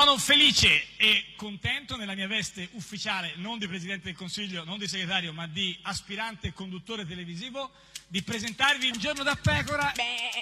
Sono felice e contento nella mia veste ufficiale, non di Presidente del Consiglio, non di segretario, ma di aspirante conduttore televisivo, di presentarvi Un giorno da pecora.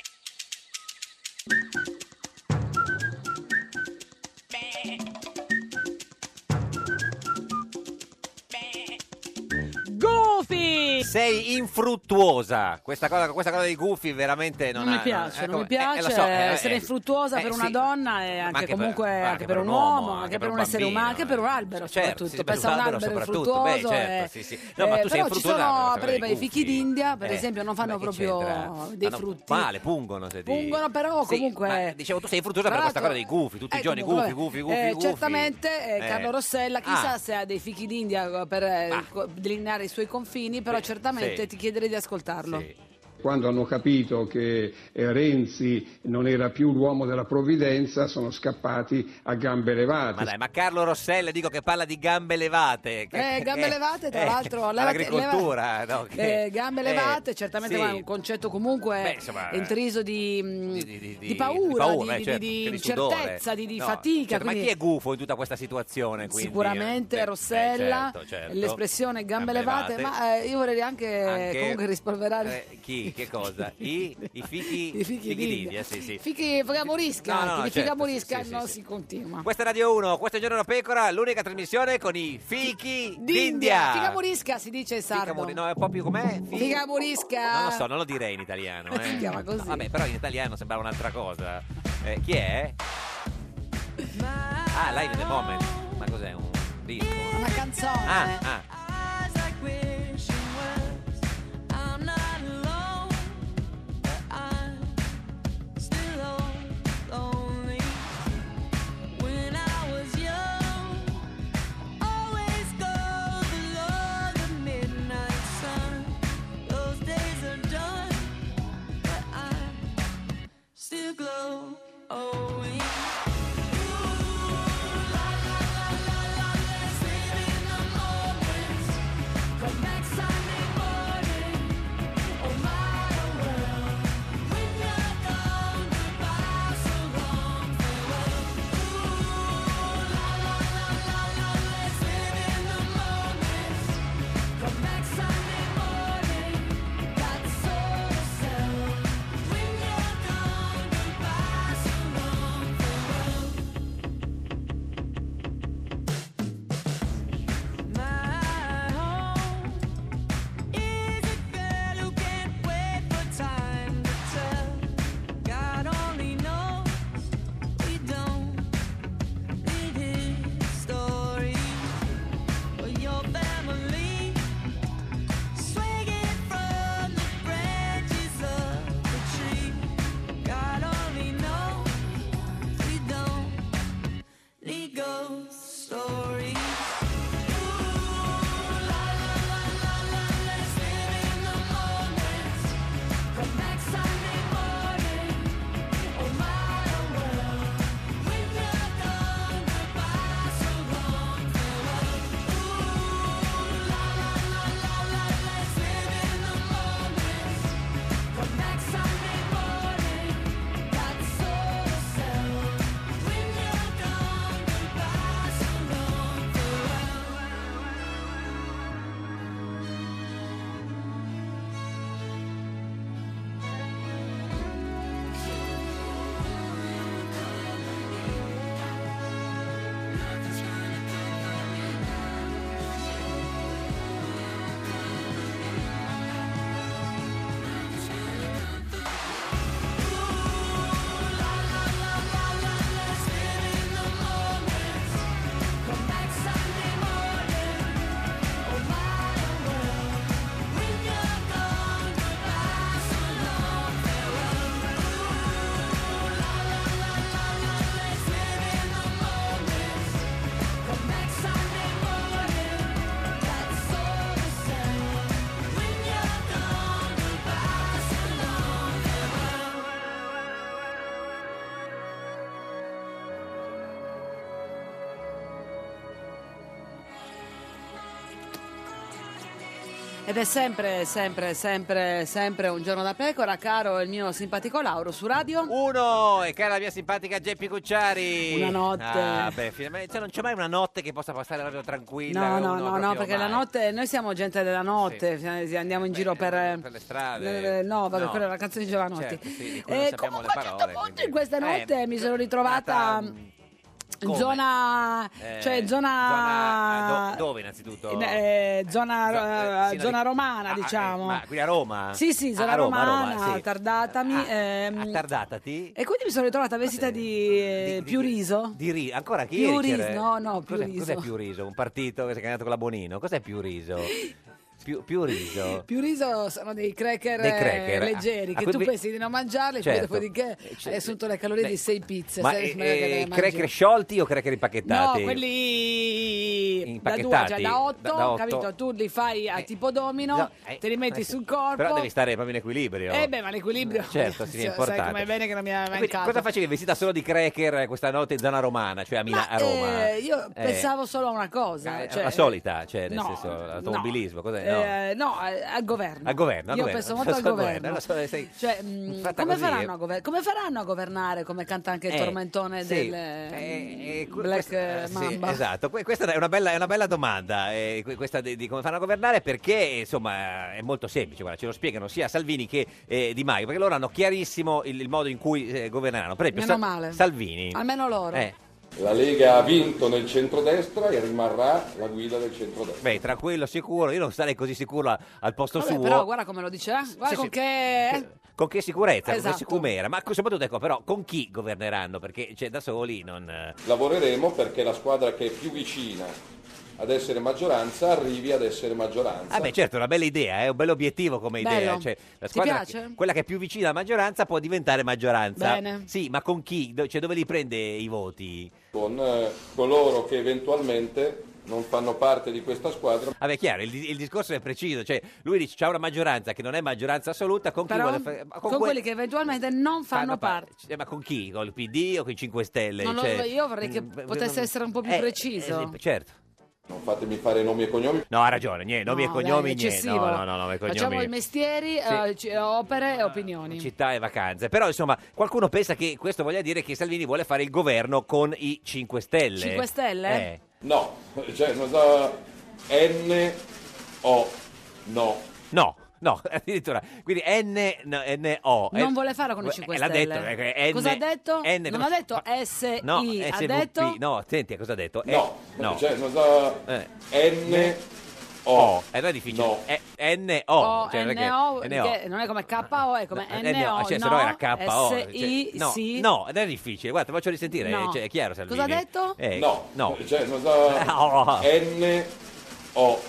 Goofy! Sei infruttuosa. Questa cosa dei gufi veramente non mi piace, non mi piace lo so, essere infruttuosa per una sì. donna e anche comunque anche per un uomo, anche per un essere umano, anche per un albero soprattutto. Sì, Pensa a un albero infruttuoso. No, ma tu sei però ci sono per infruttuosa, i fichi d'India, per esempio, non fanno che proprio c'entra? dei Fanno frutti. male, pungono se ti... Pungono, però Sì, comunque... ma dicevo, tu sei infruttuosa per questa cosa dei gufi, tutti i giorni comunque, gufi. Certamente Carlo Rossella, chissà se ha dei fichi d'India per delineare i suoi confini, però certamente ti chiederei di ascoltarlo. Sì. Quando hanno capito che Renzi non era più l'uomo della provvidenza, sono scappati a gambe levate. Ma dai, ma Carlo Rossella dico che parla di gambe levate. Gambe levate, tra l'altro. L'agricoltura. Gambe levate, certamente sì. È un concetto comunque intriso di paura, di incertezza, di fatica. Ma chi è gufo in tutta questa situazione? Quindi? Sicuramente Rossella, certo. l'espressione gambe levate, ma io vorrei anche comunque rispolverare... Chi? Che cosa? I fichi d'India, sì. Fichi Figamorisca, Figamorisca sì, non si continua. Questa è Radio 1, questo è Giorno da Pecora, l'unica trasmissione con i fichi d'India. Figamorisca si dice in sardo. No, è un po' più com'è? Figamorisca. Non lo so, non lo direi in italiano. Si chiama così. No, vabbè, però in italiano sembrava un'altra cosa. Chi è? Live in the Moment. Ma cos'è? Un disco? Una canzone. Still glow, oh, we Ed è sempre un giorno da pecora, caro il mio simpatico Lauro su radio. Uno, e cara la mia simpatica Geppi Cucciari. Una notte. Ah, beh, finalmente, non c'è mai una notte che possa passare la radio tranquilla. No, perché la notte, noi siamo gente della notte, andiamo in giro per le strade. No, vabbè, quella è la canzone di Giovanotti. Certo, sì, di cui non sappiamo comunque le a un parole, certo punto quindi. in questa notte mi sono ritrovata Come? zona, cioè zona dove innanzitutto? zona romana, diciamo. Ma qui a Roma? Sì, zona a Roma, romana, sì. tardatami. Attardatati? E quindi mi sono ritrovata vestita di più riso. Di riso? Ancora chi Più eri? riso, no, più riso. Cos'è più riso? Un partito che si è candidato con la Bonino? Cos'è più riso? Più riso? Più riso sono dei cracker, leggeri che tu pensi di non mangiarli, certo. poi dopodiché hai assunto le calorie di 6 pizze. Ma cracker sciolti o cracker impacchettati? No, quelli impacchettati, da 2, cioè da 8, da 8. capito? Tu li fai a tipo domino, te li metti sul corpo. Però devi stare proprio in equilibrio. Ma l'equilibrio certo, sì, è importante. Sai com'è bene che non mi ha mancato. Cosa facevi? Vestita solo di cracker questa notte in zona romana, cioè a Roma? Io pensavo solo a una cosa. La solita, cioè nel no, senso l'automobilismo, cos'è? No, al governo. Al governo. Io penso molto al governo. Cioè, come faranno a governare, come canta anche il tormentone del Black Mamba? Sì, esatto, questa è una bella domanda, questa di come faranno a governare, perché insomma è molto semplice, guarda, ce lo spiegano sia Salvini che Di Maio, perché loro hanno chiarissimo il modo in cui governeranno. Per esempio, Meno male. Salvini. Almeno loro. La Lega ha vinto nel centrodestra e rimarrà la guida del centrodestra. Beh, tranquillo, sicuro, io non sarei così sicuro al posto suo. Però guarda come lo dice, guarda con che sicurezza, esatto. con che sicumera, ma soprattutto ecco, però con chi governeranno, perché da soli non... Lavoreremo perché la squadra che è più vicina ad essere maggioranza arrivi ad essere maggioranza. Ah beh, certo, è una bella idea, è un bel obiettivo come idea. Cioè, la squadra, Ti piace? quella che è più vicina alla maggioranza può diventare maggioranza. Bene. Sì, ma con chi? Cioè, dove li prende i voti? Con coloro che eventualmente non fanno parte di questa squadra. Vabbè, chiaro, il discorso è preciso, cioè lui dice c'è una maggioranza che non è maggioranza assoluta, con chi Però, vuole fare... con quelli che eventualmente non fanno parte. Ma con chi? Con il PD o con i 5 Stelle? Non lo so, io vorrei che potesse essere un po' più preciso. Certo. Non fatemi fare nomi e cognomi. No, ha ragione, niente, nomi e cognomi, niente. No, nomi e cognomi. Facciamo i mestieri, opere e opinioni. Città e vacanze. Però, insomma, qualcuno pensa che questo voglia dire che Salvini vuole fare il governo con i 5 Stelle. 5 Stelle? No, cioè non so, N-O, no. No, addirittura. Quindi N-O. Non vuole farlo con i 5 Stelle. L'ha detto. Cosa ha detto? Non ha detto S-I, no, ha detto? No, senti, cosa ha detto? No. Cioè non so, N-O. Non è difficile. No. N-O. Cioè, N-O, perché non è come K-O, è come N-O. Cioè, se no era K-O. S-I, sì. No, non è difficile. Guarda, ti faccio risentire. No. Cioè, è chiaro, Salvini. Cosa ha detto? No. Cioè non so, N-O.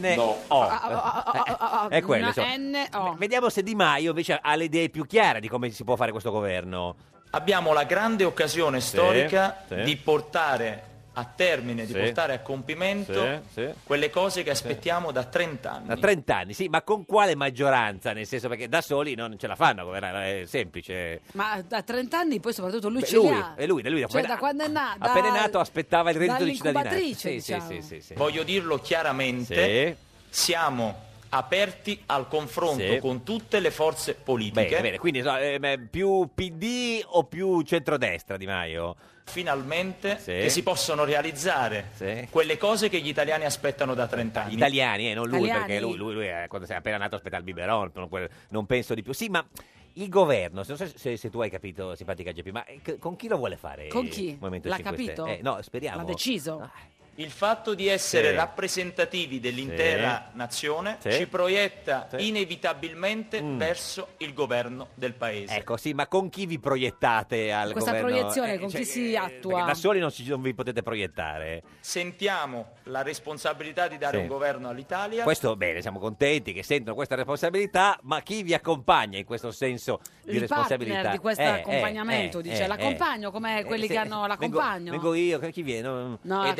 È quello. N-O. Vediamo se Di Maio invece ha le idee più chiare di come si può fare questo governo. Abbiamo la grande occasione storica sì. di portare a termine, di portare a compimento quelle cose che aspettiamo da 30 anni. Da 30 anni, sì, ma con quale maggioranza? Nel senso, perché da soli non ce la fanno a governare, è semplice. Ma da 30 anni poi soprattutto lui ce lui, li ha. è lui, Cioè da quando è nato. Appena è nato aspettava il reddito di cittadinanza. Dall'incubatrice, Sì. Voglio dirlo chiaramente, siamo aperti al confronto con tutte le forze politiche. Bene, quindi più PD o più centrodestra Di Maio? Finalmente che si possono realizzare quelle cose che gli italiani aspettano da 30 anni. Gli italiani, non lui, Italiani. perché lui quando sei appena nato aspetta il biberon, non penso di più. Sì, ma il governo, non so se tu hai capito, simpatica Geppi, ma con chi lo vuole fare? Con chi? Il Movimento L'ha 5 capito? Stelle? No, speriamo. L'ha deciso? Il fatto di essere rappresentativi dell'intera nazione ci proietta inevitabilmente verso il governo del paese. Ecco, sì, ma con chi vi proiettate al Questa governo? proiezione con chi si attua? Perché da soli non vi potete proiettare. Sentiamo la responsabilità di dare un governo all'Italia. Questo bene, siamo contenti che sentono questa responsabilità, ma chi vi accompagna in questo senso di responsabilità? Il partner di questo accompagnamento, dice l'accompagno come quelli che hanno l'accompagno. Vengo io, chi viene? No, Ed è per questo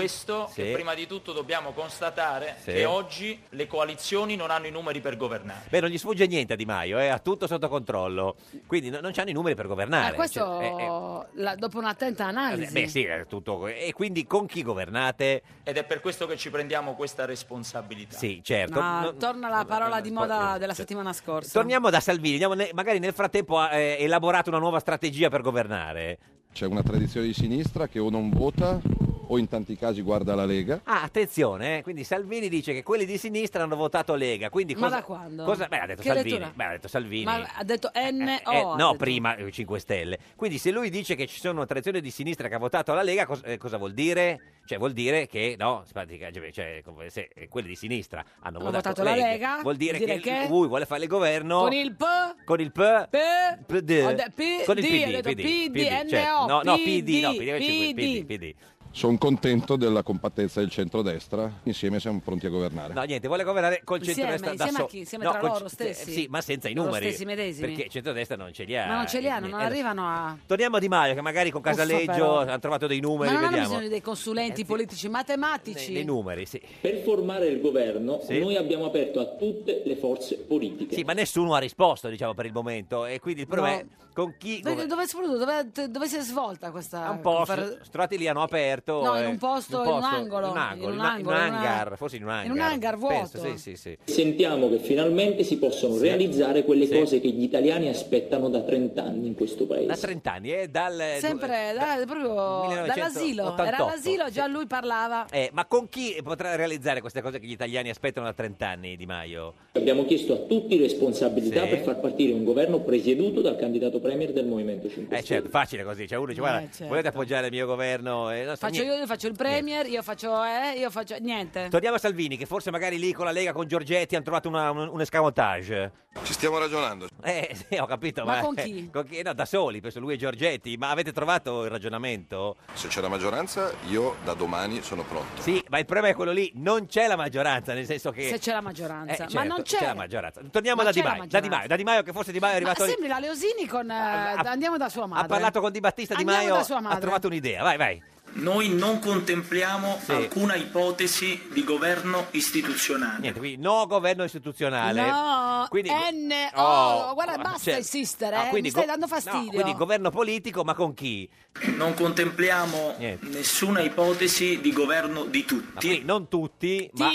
questo che prima di tutto dobbiamo constatare che oggi le coalizioni non hanno i numeri per governare. Beh, non gli sfugge niente a Di Maio, ha tutto sotto controllo, quindi non c'hanno i numeri per governare. Questo dopo un'attenta analisi. Beh sì, è tutto. E quindi con chi governate? Ed è per questo che ci prendiamo questa responsabilità. Sì, certo. Torna la parola di moda della settimana scorsa. Torniamo da Salvini, magari nel frattempo ha elaborato una nuova strategia per governare. C'è una tradizione di sinistra che o non vota o in tanti casi guarda la Lega. Attenzione, quindi Salvini dice che quelli di sinistra hanno votato Lega. Quindi Ma da quando? Ha detto Salvini. Ha detto Salvini. Ma ha detto NO. No, prima 5 Stelle. Quindi se lui dice che ci sono una tradizione di sinistra che ha votato la Lega, cosa vuol dire? Cioè vuol dire che se quelli di sinistra hanno votato la Lega, vuol dire che lui vuole fare il governo con il con il PD. Sono contento della compattezza del centrodestra, insieme siamo pronti a governare. No, niente, vuole governare col centrodestra da insieme a chi? Insieme tra loro stessi? Sì, ma senza i loro numeri. stessi medesimi? Perché il centrodestra non ce li ha. Ma non ce li hanno, non arrivano a... Torniamo a Di Maio, che magari con Casaleggio hanno trovato dei numeri, ma non vediamo. hanno bisogno dei consulenti politici matematici. Dei numeri, sì. Per formare il governo noi abbiamo aperto a tutte le forze politiche. Sì, ma nessuno ha risposto, diciamo, per il momento. E quindi il problema è con chi... Dove si è svolta questa... Un posto, Strati lì hanno aperto... No, in un posto, in un angolo. In un hangar, forse in un hangar. In un hangar vuoto. Penso, sì. Sentiamo che finalmente si possono realizzare quelle cose che gli italiani aspettano da 30 anni in questo paese. Da 30 anni, Sempre, proprio 1988. dall'asilo. Era all'asilo, già lui parlava. Ma con chi potrà realizzare queste cose che gli italiani aspettano da 30 anni, Di Maio? Abbiamo chiesto a tutti responsabilità per far partire un governo presieduto dal candidato premier del Movimento 5 Stelle. Certo, facile così, cioè uno dice guarda, volete appoggiare il mio governo? Io faccio il premier, io faccio niente. Torniamo a Salvini, che forse magari lì con la Lega, con Giorgetti hanno trovato un escamotage. Ci stiamo ragionando. Sì, ho capito. Ma con chi? No, da soli, penso lui e Giorgetti. Ma avete trovato il ragionamento? Se c'è la maggioranza, io da domani sono pronto. Sì, ma il problema è quello lì, non c'è la maggioranza, nel senso che... Se c'è la maggioranza, certo, ma non c'è la maggioranza. Torniamo da Di Maio, che forse Di Maio è arrivato... Ma sembri la Leosini con... andiamo da sua madre. Ha parlato con Di Battista, Di Maio ha trovato un'idea, vai. Noi non contempliamo alcuna ipotesi di governo istituzionale. Niente, quindi no governo istituzionale. No, quindi, guarda, basta insistere, quindi mi stai dando fastidio. No, quindi governo politico, ma con chi? Non contempliamo nessuna ipotesi di governo di tutti. Non tutti, ma...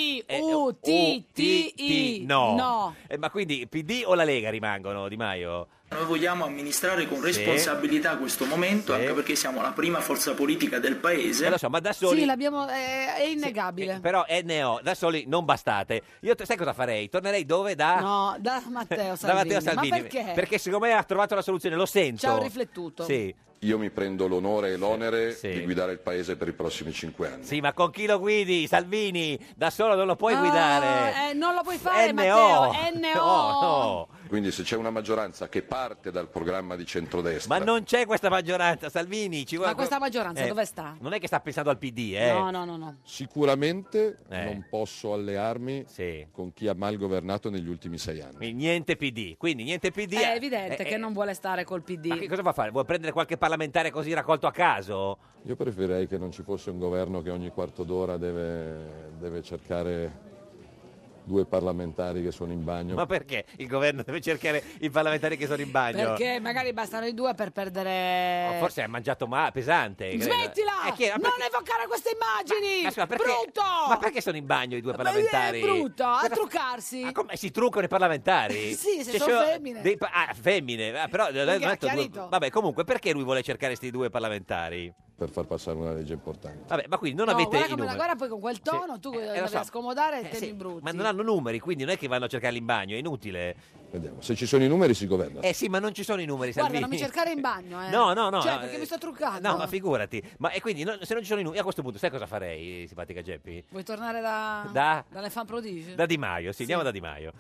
T-U-T-T-I. No. Ma quindi PD o la Lega rimangono, Di Maio? Noi vogliamo amministrare con responsabilità questo momento, anche perché siamo la prima forza politica del paese. Lo so, ma da soli... Sì, è innegabile. Però NO, da soli non bastate. Io sai cosa farei? Tornerei dove? No, da Matteo Salvini. Da Matteo Salvini. Ma perché? Perché secondo me ha trovato la soluzione, lo sento. Ci ho riflettuto. Sì. Io mi prendo l'onore e l'onere di guidare il paese per i prossimi 5 anni. Sì, ma con chi lo guidi? Salvini, da solo non lo puoi guidare. Non lo puoi fare, Matteo. No. Quindi se c'è una maggioranza che parte dal programma di centrodestra... Ma non c'è questa maggioranza, Salvini. Ma questa maggioranza dove sta? Non è che sta pensando al PD, No. Sicuramente non posso allearmi con chi ha mal governato negli ultimi 6 anni. Quindi niente PD. È evidente che non vuole stare col PD. Ma che cosa va a fare? Vuole prendere qualche parlamentare così raccolto a caso? Io preferirei che non ci fosse un governo che ogni quarto d'ora deve cercare 2 parlamentari che sono in bagno. Ma perché il governo deve cercare i parlamentari che sono in bagno? Perché magari bastano i 2 per perdere... Forse ha mangiato pesante. Smettila! Non evocare queste immagini! Brutto! Ma perché sono in bagno i 2 parlamentari? È brutto, a truccarsi. Ma come si truccano i parlamentari? Sì, se sono femmine. Femmine, però... Vabbè, comunque, perché lui vuole cercare questi 2 parlamentari? Per far passare una legge importante. Vabbè, ma quindi non avete i numeri. Guarda poi con quel tono tu devi scomodare temi brutti. Ma non hanno numeri, quindi non è che vanno a cercarli in bagno, è inutile. Vediamo, se ci sono i numeri si governa. Sì, ma non ci sono i numeri, Salvini. Guarda, non mi cercare in bagno, No. Cioè, perché mi sto truccando. No, ma figurati. Ma e quindi se non ci sono i numeri, a questo punto sai cosa farei, simpatica Geppi? Vuoi tornare dalle fan prodigio? Da Di Maio, andiamo da Di Maio.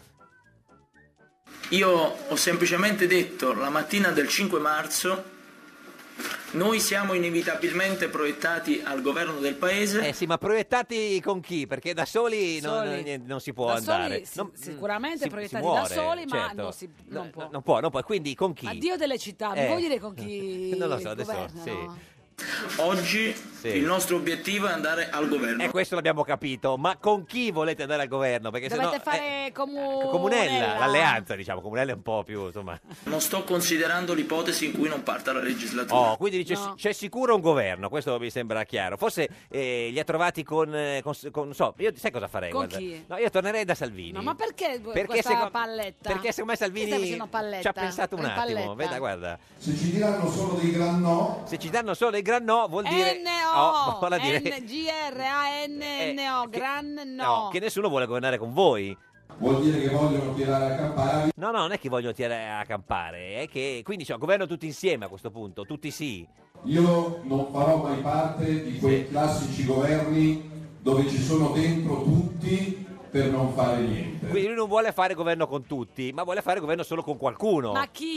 Io ho semplicemente detto la mattina del 5 marzo noi siamo inevitabilmente proiettati al governo del paese. Sì, ma proiettati con chi? Perché da soli non si può andare. Sicuramente proiettati da soli, ma non può. Non può. Quindi con chi? Addio delle città, mi vuoi dire con chi? Non lo so, adesso sì. Oggi il nostro obiettivo è andare al governo. E questo l'abbiamo capito, ma con chi volete andare al governo? Perché Dovete sennò, fare Comunella, l'alleanza, diciamo. Comunella è un po' più, insomma. Non sto considerando l'ipotesi in cui non parta la legislatura. Oh, quindi dice c'è sicuro un governo, questo mi sembra chiaro. Forse li ha trovati con non so, io sai cosa farei? Con guarda? chi? No, io tornerei da Salvini. No, ma perché questa palletta? Perché secondo me Salvini Stai facendo palletta? ci ha pensato un Una attimo. palletta. Veda, guarda. Se ci diranno solo dei gran no. Se ci danno solo dei gran no vuol dire N-O, vuol dire N-G-R-A-N-N-O, gran no. no, che nessuno vuole governare con voi. Vuol dire che vogliono tirare a campare. No, non è che vogliono tirare a campare, è che quindi governo tutti insieme a questo punto, tutti sì. Io non farò mai parte di quei classici governi dove ci sono dentro tutti per non fare niente. Quindi lui non vuole fare governo con tutti, ma vuole fare governo solo con qualcuno. Ma chi?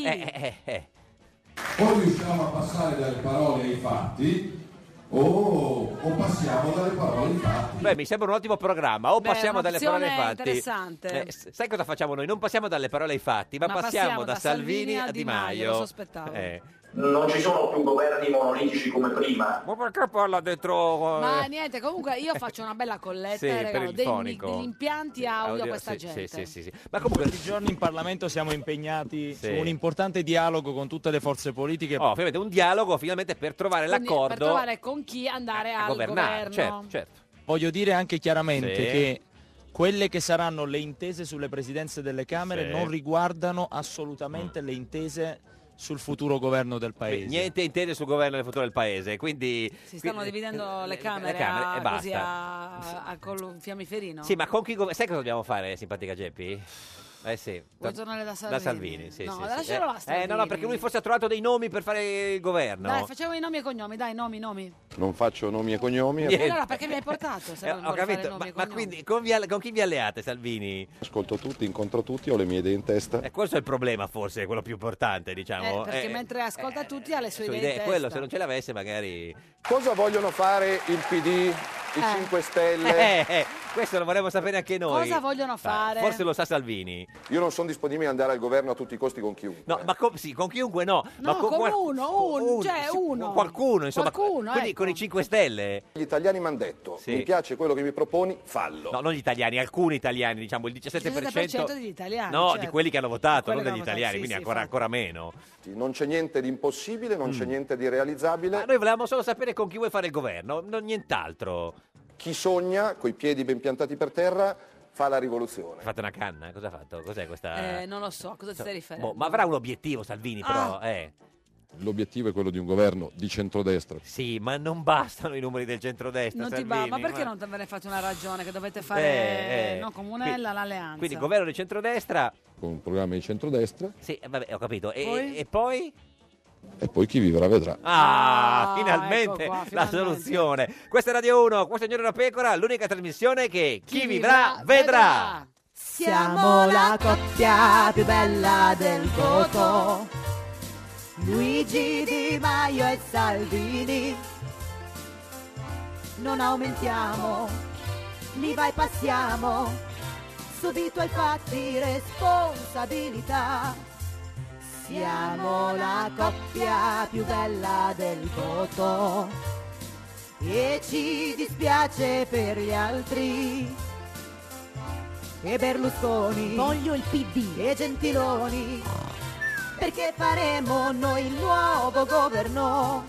O riusciamo a passare dalle parole ai fatti o passiamo dalle parole ai fatti. Beh, mi sembra un ottimo programma. O passiamo dalle parole ai fatti. Interessante. Sai cosa facciamo noi? Non passiamo dalle parole ai fatti, ma passiamo da Salvini a Di Maio. Lo sospettavo. Non ci sono più governi monolitici come prima. Ma perché parla dentro? Ma niente, comunque io faccio una bella colletta Sì, e per regalo il degli fonico. impianti audio a questa sì, gente. sì. Ma comunque Questi giorni in Parlamento siamo impegnati su un importante dialogo con tutte le forze politiche. Ovviamente un dialogo finalmente per trovare Quindi, l'accordo. per trovare con chi andare al governare, governo. certo. Voglio dire anche chiaramente Sì. che quelle che saranno le intese sulle presidenze delle Camere Sì. non riguardano assolutamente le intese sul futuro governo del Paese. Niente intese sul governo del futuro del Paese, quindi Si stanno dividendo le camere, e così basta. a col fiammiferino. Sì, ma con chi sai cosa dobbiamo fare, simpatica Geppi? Sì. Vuoi tornare da Salvini? Da Salvini, sì. No, sì, lascialo là, No, Salvini. perché lui forse ha trovato dei nomi per fare il governo. Dai, facciamo i nomi e cognomi, dai, nomi. Non faccio nomi e cognomi. E allora perché mi hai portato? Se non ho vuoi fare capito, nomi e ma cognomi? quindi con chi vi alleate, Salvini? Ascolto tutti, incontro tutti, ho le mie idee in testa. Questo è il problema, forse, quello più importante, diciamo. Perché mentre ascolta tutti ha le sue sue idee in idee, quello, testa. se non ce l'avesse, magari. Cosa vogliono fare il PD, i 5 Stelle? Questo lo vorremmo sapere anche noi. Cosa vogliono fare? Forse lo sa Salvini. Io non sono disponibile ad andare al governo a tutti i costi con chiunque. No, ma sì, con chiunque no. No, ma con uno, cioè uno. Qualcuno, insomma. Qualcuno, quindi ecco. con i 5 Stelle. Gli italiani mi hanno detto, mi piace quello che mi proponi, fallo. No, non gli italiani, alcuni italiani, diciamo il 17%. degli italiani. No, certo. di quelli che hanno votato, Quelli non che degli hanno italiani, votato, quindi sì, ancora meno. Non c'è niente di impossibile, non c'è niente di realizzabile. Ma noi volevamo solo sapere con chi vuoi fare il governo, nient'altro. Chi sogna, coi piedi ben piantati per terra, fa la rivoluzione. Ha fatto una canna? Cosa ha fatto? Cos'è questa? Non lo so, a cosa ti stai riferendo? Ma avrà un obiettivo Salvini, però, L'obiettivo è quello di un governo di centrodestra. Sì, ma non bastano i numeri del centrodestra. Non ti Salvini, ma perché non te ve ne fate una ragione che dovete fare no, Comunella, l'alleanza? Quindi governo di centrodestra. Con un programma di centrodestra. Sì, vabbè, ho capito. Poi? E poi? E poi chi vivrà vedrà. Finalmente ecco qua, la finalmente. soluzione. Questa è Radio 1, questo è Giorno da Pecora, l'unica trasmissione che chi vivrà vedrà. Siamo la coppia più bella del voto, Luigi Di Maio e Salvini. Non aumentiamo, l'IVA e passiamo subito ai fatti, responsabilità. Siamo la coppia più bella del voto e ci dispiace per gli altri. E Berlusconi, voglio il PD e Gentiloni, perché faremo noi il nuovo governo.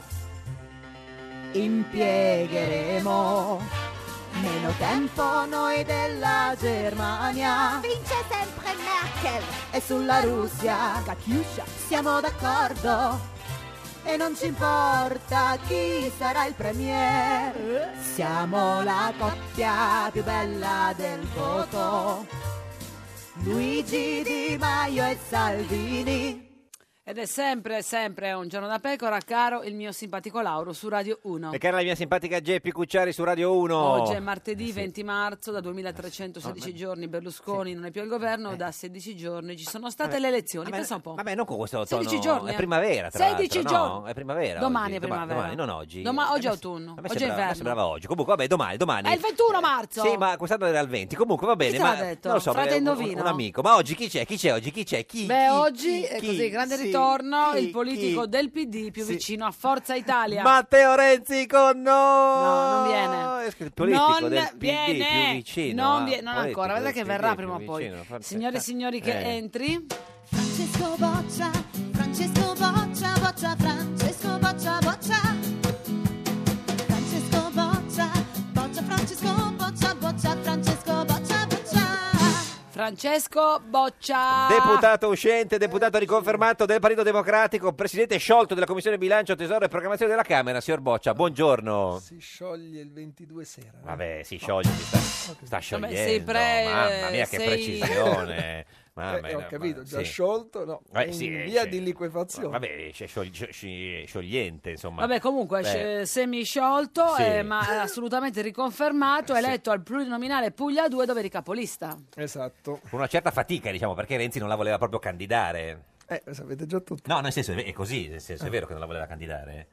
Impiegheremo meno tempo noi della Germania. Vince sempre Merkel. E sulla Russia, Katiuscia, siamo d'accordo. E non ci importa chi sarà il premier. Siamo la coppia più bella del voto, Luigi Di Maio e Salvini. Ed è sempre un giorno da pecora, caro il mio simpatico Lauro su Radio 1. E cara la mia simpatica Geppi Cucciari su Radio 1. Oggi è martedì 20 marzo, da 2316 giorni Berlusconi non è più al governo, da 16 giorni ci sono state le elezioni, pensa un po'. Vabbè, non con questo tono. 16 giorni. È primavera, tra 16 l'altro, giorni. no? È primavera. Domani oggi. è primavera. Domani, non oggi. Oggi è autunno, A me oggi è sembrava- a me inverno. sembrava oggi. Comunque, vabbè, domani. È il 21 marzo. Sì, ma quest'anno era il 20. Comunque va bene. Chi te ma l'ha detto? Non lo so, Frate perché indovino. un amico. Ma oggi chi c'è? Chi c'è oggi? Chi c'è? Beh, oggi è chi? così, grande Sì. ritorno il politico del PD più vicino a Forza Italia. Matteo Renzi con noi! No, non viene. Il politico Non del PD viene. più vicino. Non al ancora, politico vedete che del verrà PD prima o più poi. vicino, Forza Signore e signori, che Italia. entri. Francesco Boccia, Francesco Boccia, Boccia, Francesco Boccia, Boccia. Francesco Boccia, Boccia, Francesco Boccia, Boccia, Francesco Boccia, Boccia. Francesco Boccia. Deputato uscente, deputato riconfermato del Partito Democratico, presidente sciolto della Commissione Bilancio, Tesoro e Programmazione della Camera, signor Boccia, buongiorno. Si scioglie il 22 sera. Vabbè, si scioglie, sta sciogliendo. sei Mamma mia, che sei- precisione. Mamma mia, Ho capito, già sì. sciolto, no, è Sì, in via sì. di liquefazione. Vabbè, sciogliente, insomma. Vabbè, comunque Beh. semi sciolto, Sì. ma assolutamente riconfermato, eletto al plurinominale Puglia 2 dove eri capolista. Esatto. Con una certa fatica, diciamo, perché Renzi non la voleva proprio candidare. Lo sapete già tutto. No, nel senso è così, nel senso è vero che non la voleva candidare.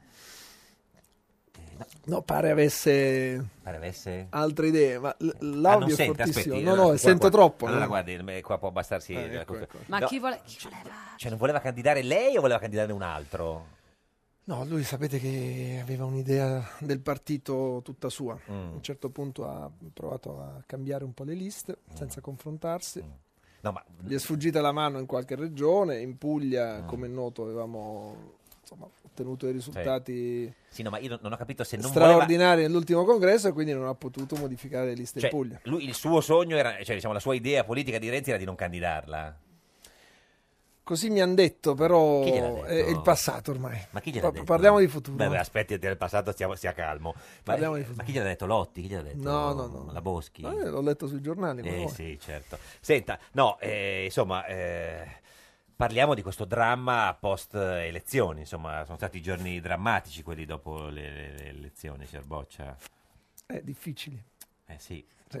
No, pare avesse altre idee, ma l'audio non è sente, fortissimo. aspetti, no, allora, sento qua- troppo. Allora no? guardi, qua può bassarsi. ecco. Ma No, chi voleva? Cioè, non voleva candidare lei o voleva candidare un altro? No, lui sapete che aveva un'idea del partito tutta sua. A un certo punto ha provato a cambiare un po' le liste senza confrontarsi. No, ma Gli è sfuggita la mano in qualche regione, in Puglia, come è noto, avevamo ottenuto dei risultati Sì, no, ma io non ho capito se non straordinari nell'ultimo congresso e quindi non ha potuto modificare le liste Cioè, in Puglia. lui, il suo sogno era, cioè, diciamo, la sua idea politica di Renzi era di non candidarla. Così mi hanno detto, però Chi gliel'ha detto? è il passato ormai. Ma chi gliel'ha detto? Parliamo di futuro. Beh, aspetti del passato, stia calmo. Ma, Parliamo di futuro. ma chi gliel'ha detto? Lotti? Chi gliel'ha detto? No. La Boschi? L'ho letto sui giornali. come voi. Sì, certo. Senta, no, insomma, parliamo di questo dramma post elezioni, insomma, sono stati giorni drammatici quelli dopo le elezioni, signor Boccia. Difficili. Sì.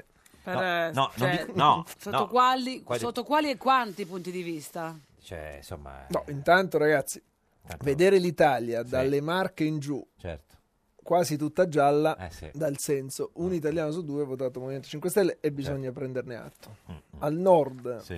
Per, No, non cioè, dico- no, sotto, no. sotto quali e quanti punti di vista? Cioè, insomma... No, intanto ragazzi, vedere l'Italia dalle Marche in giù, certo. quasi tutta gialla, sì. dà il senso. Un italiano su due ha votato Movimento 5 Stelle e bisogna Certo. prenderne atto. Al nord, Sì.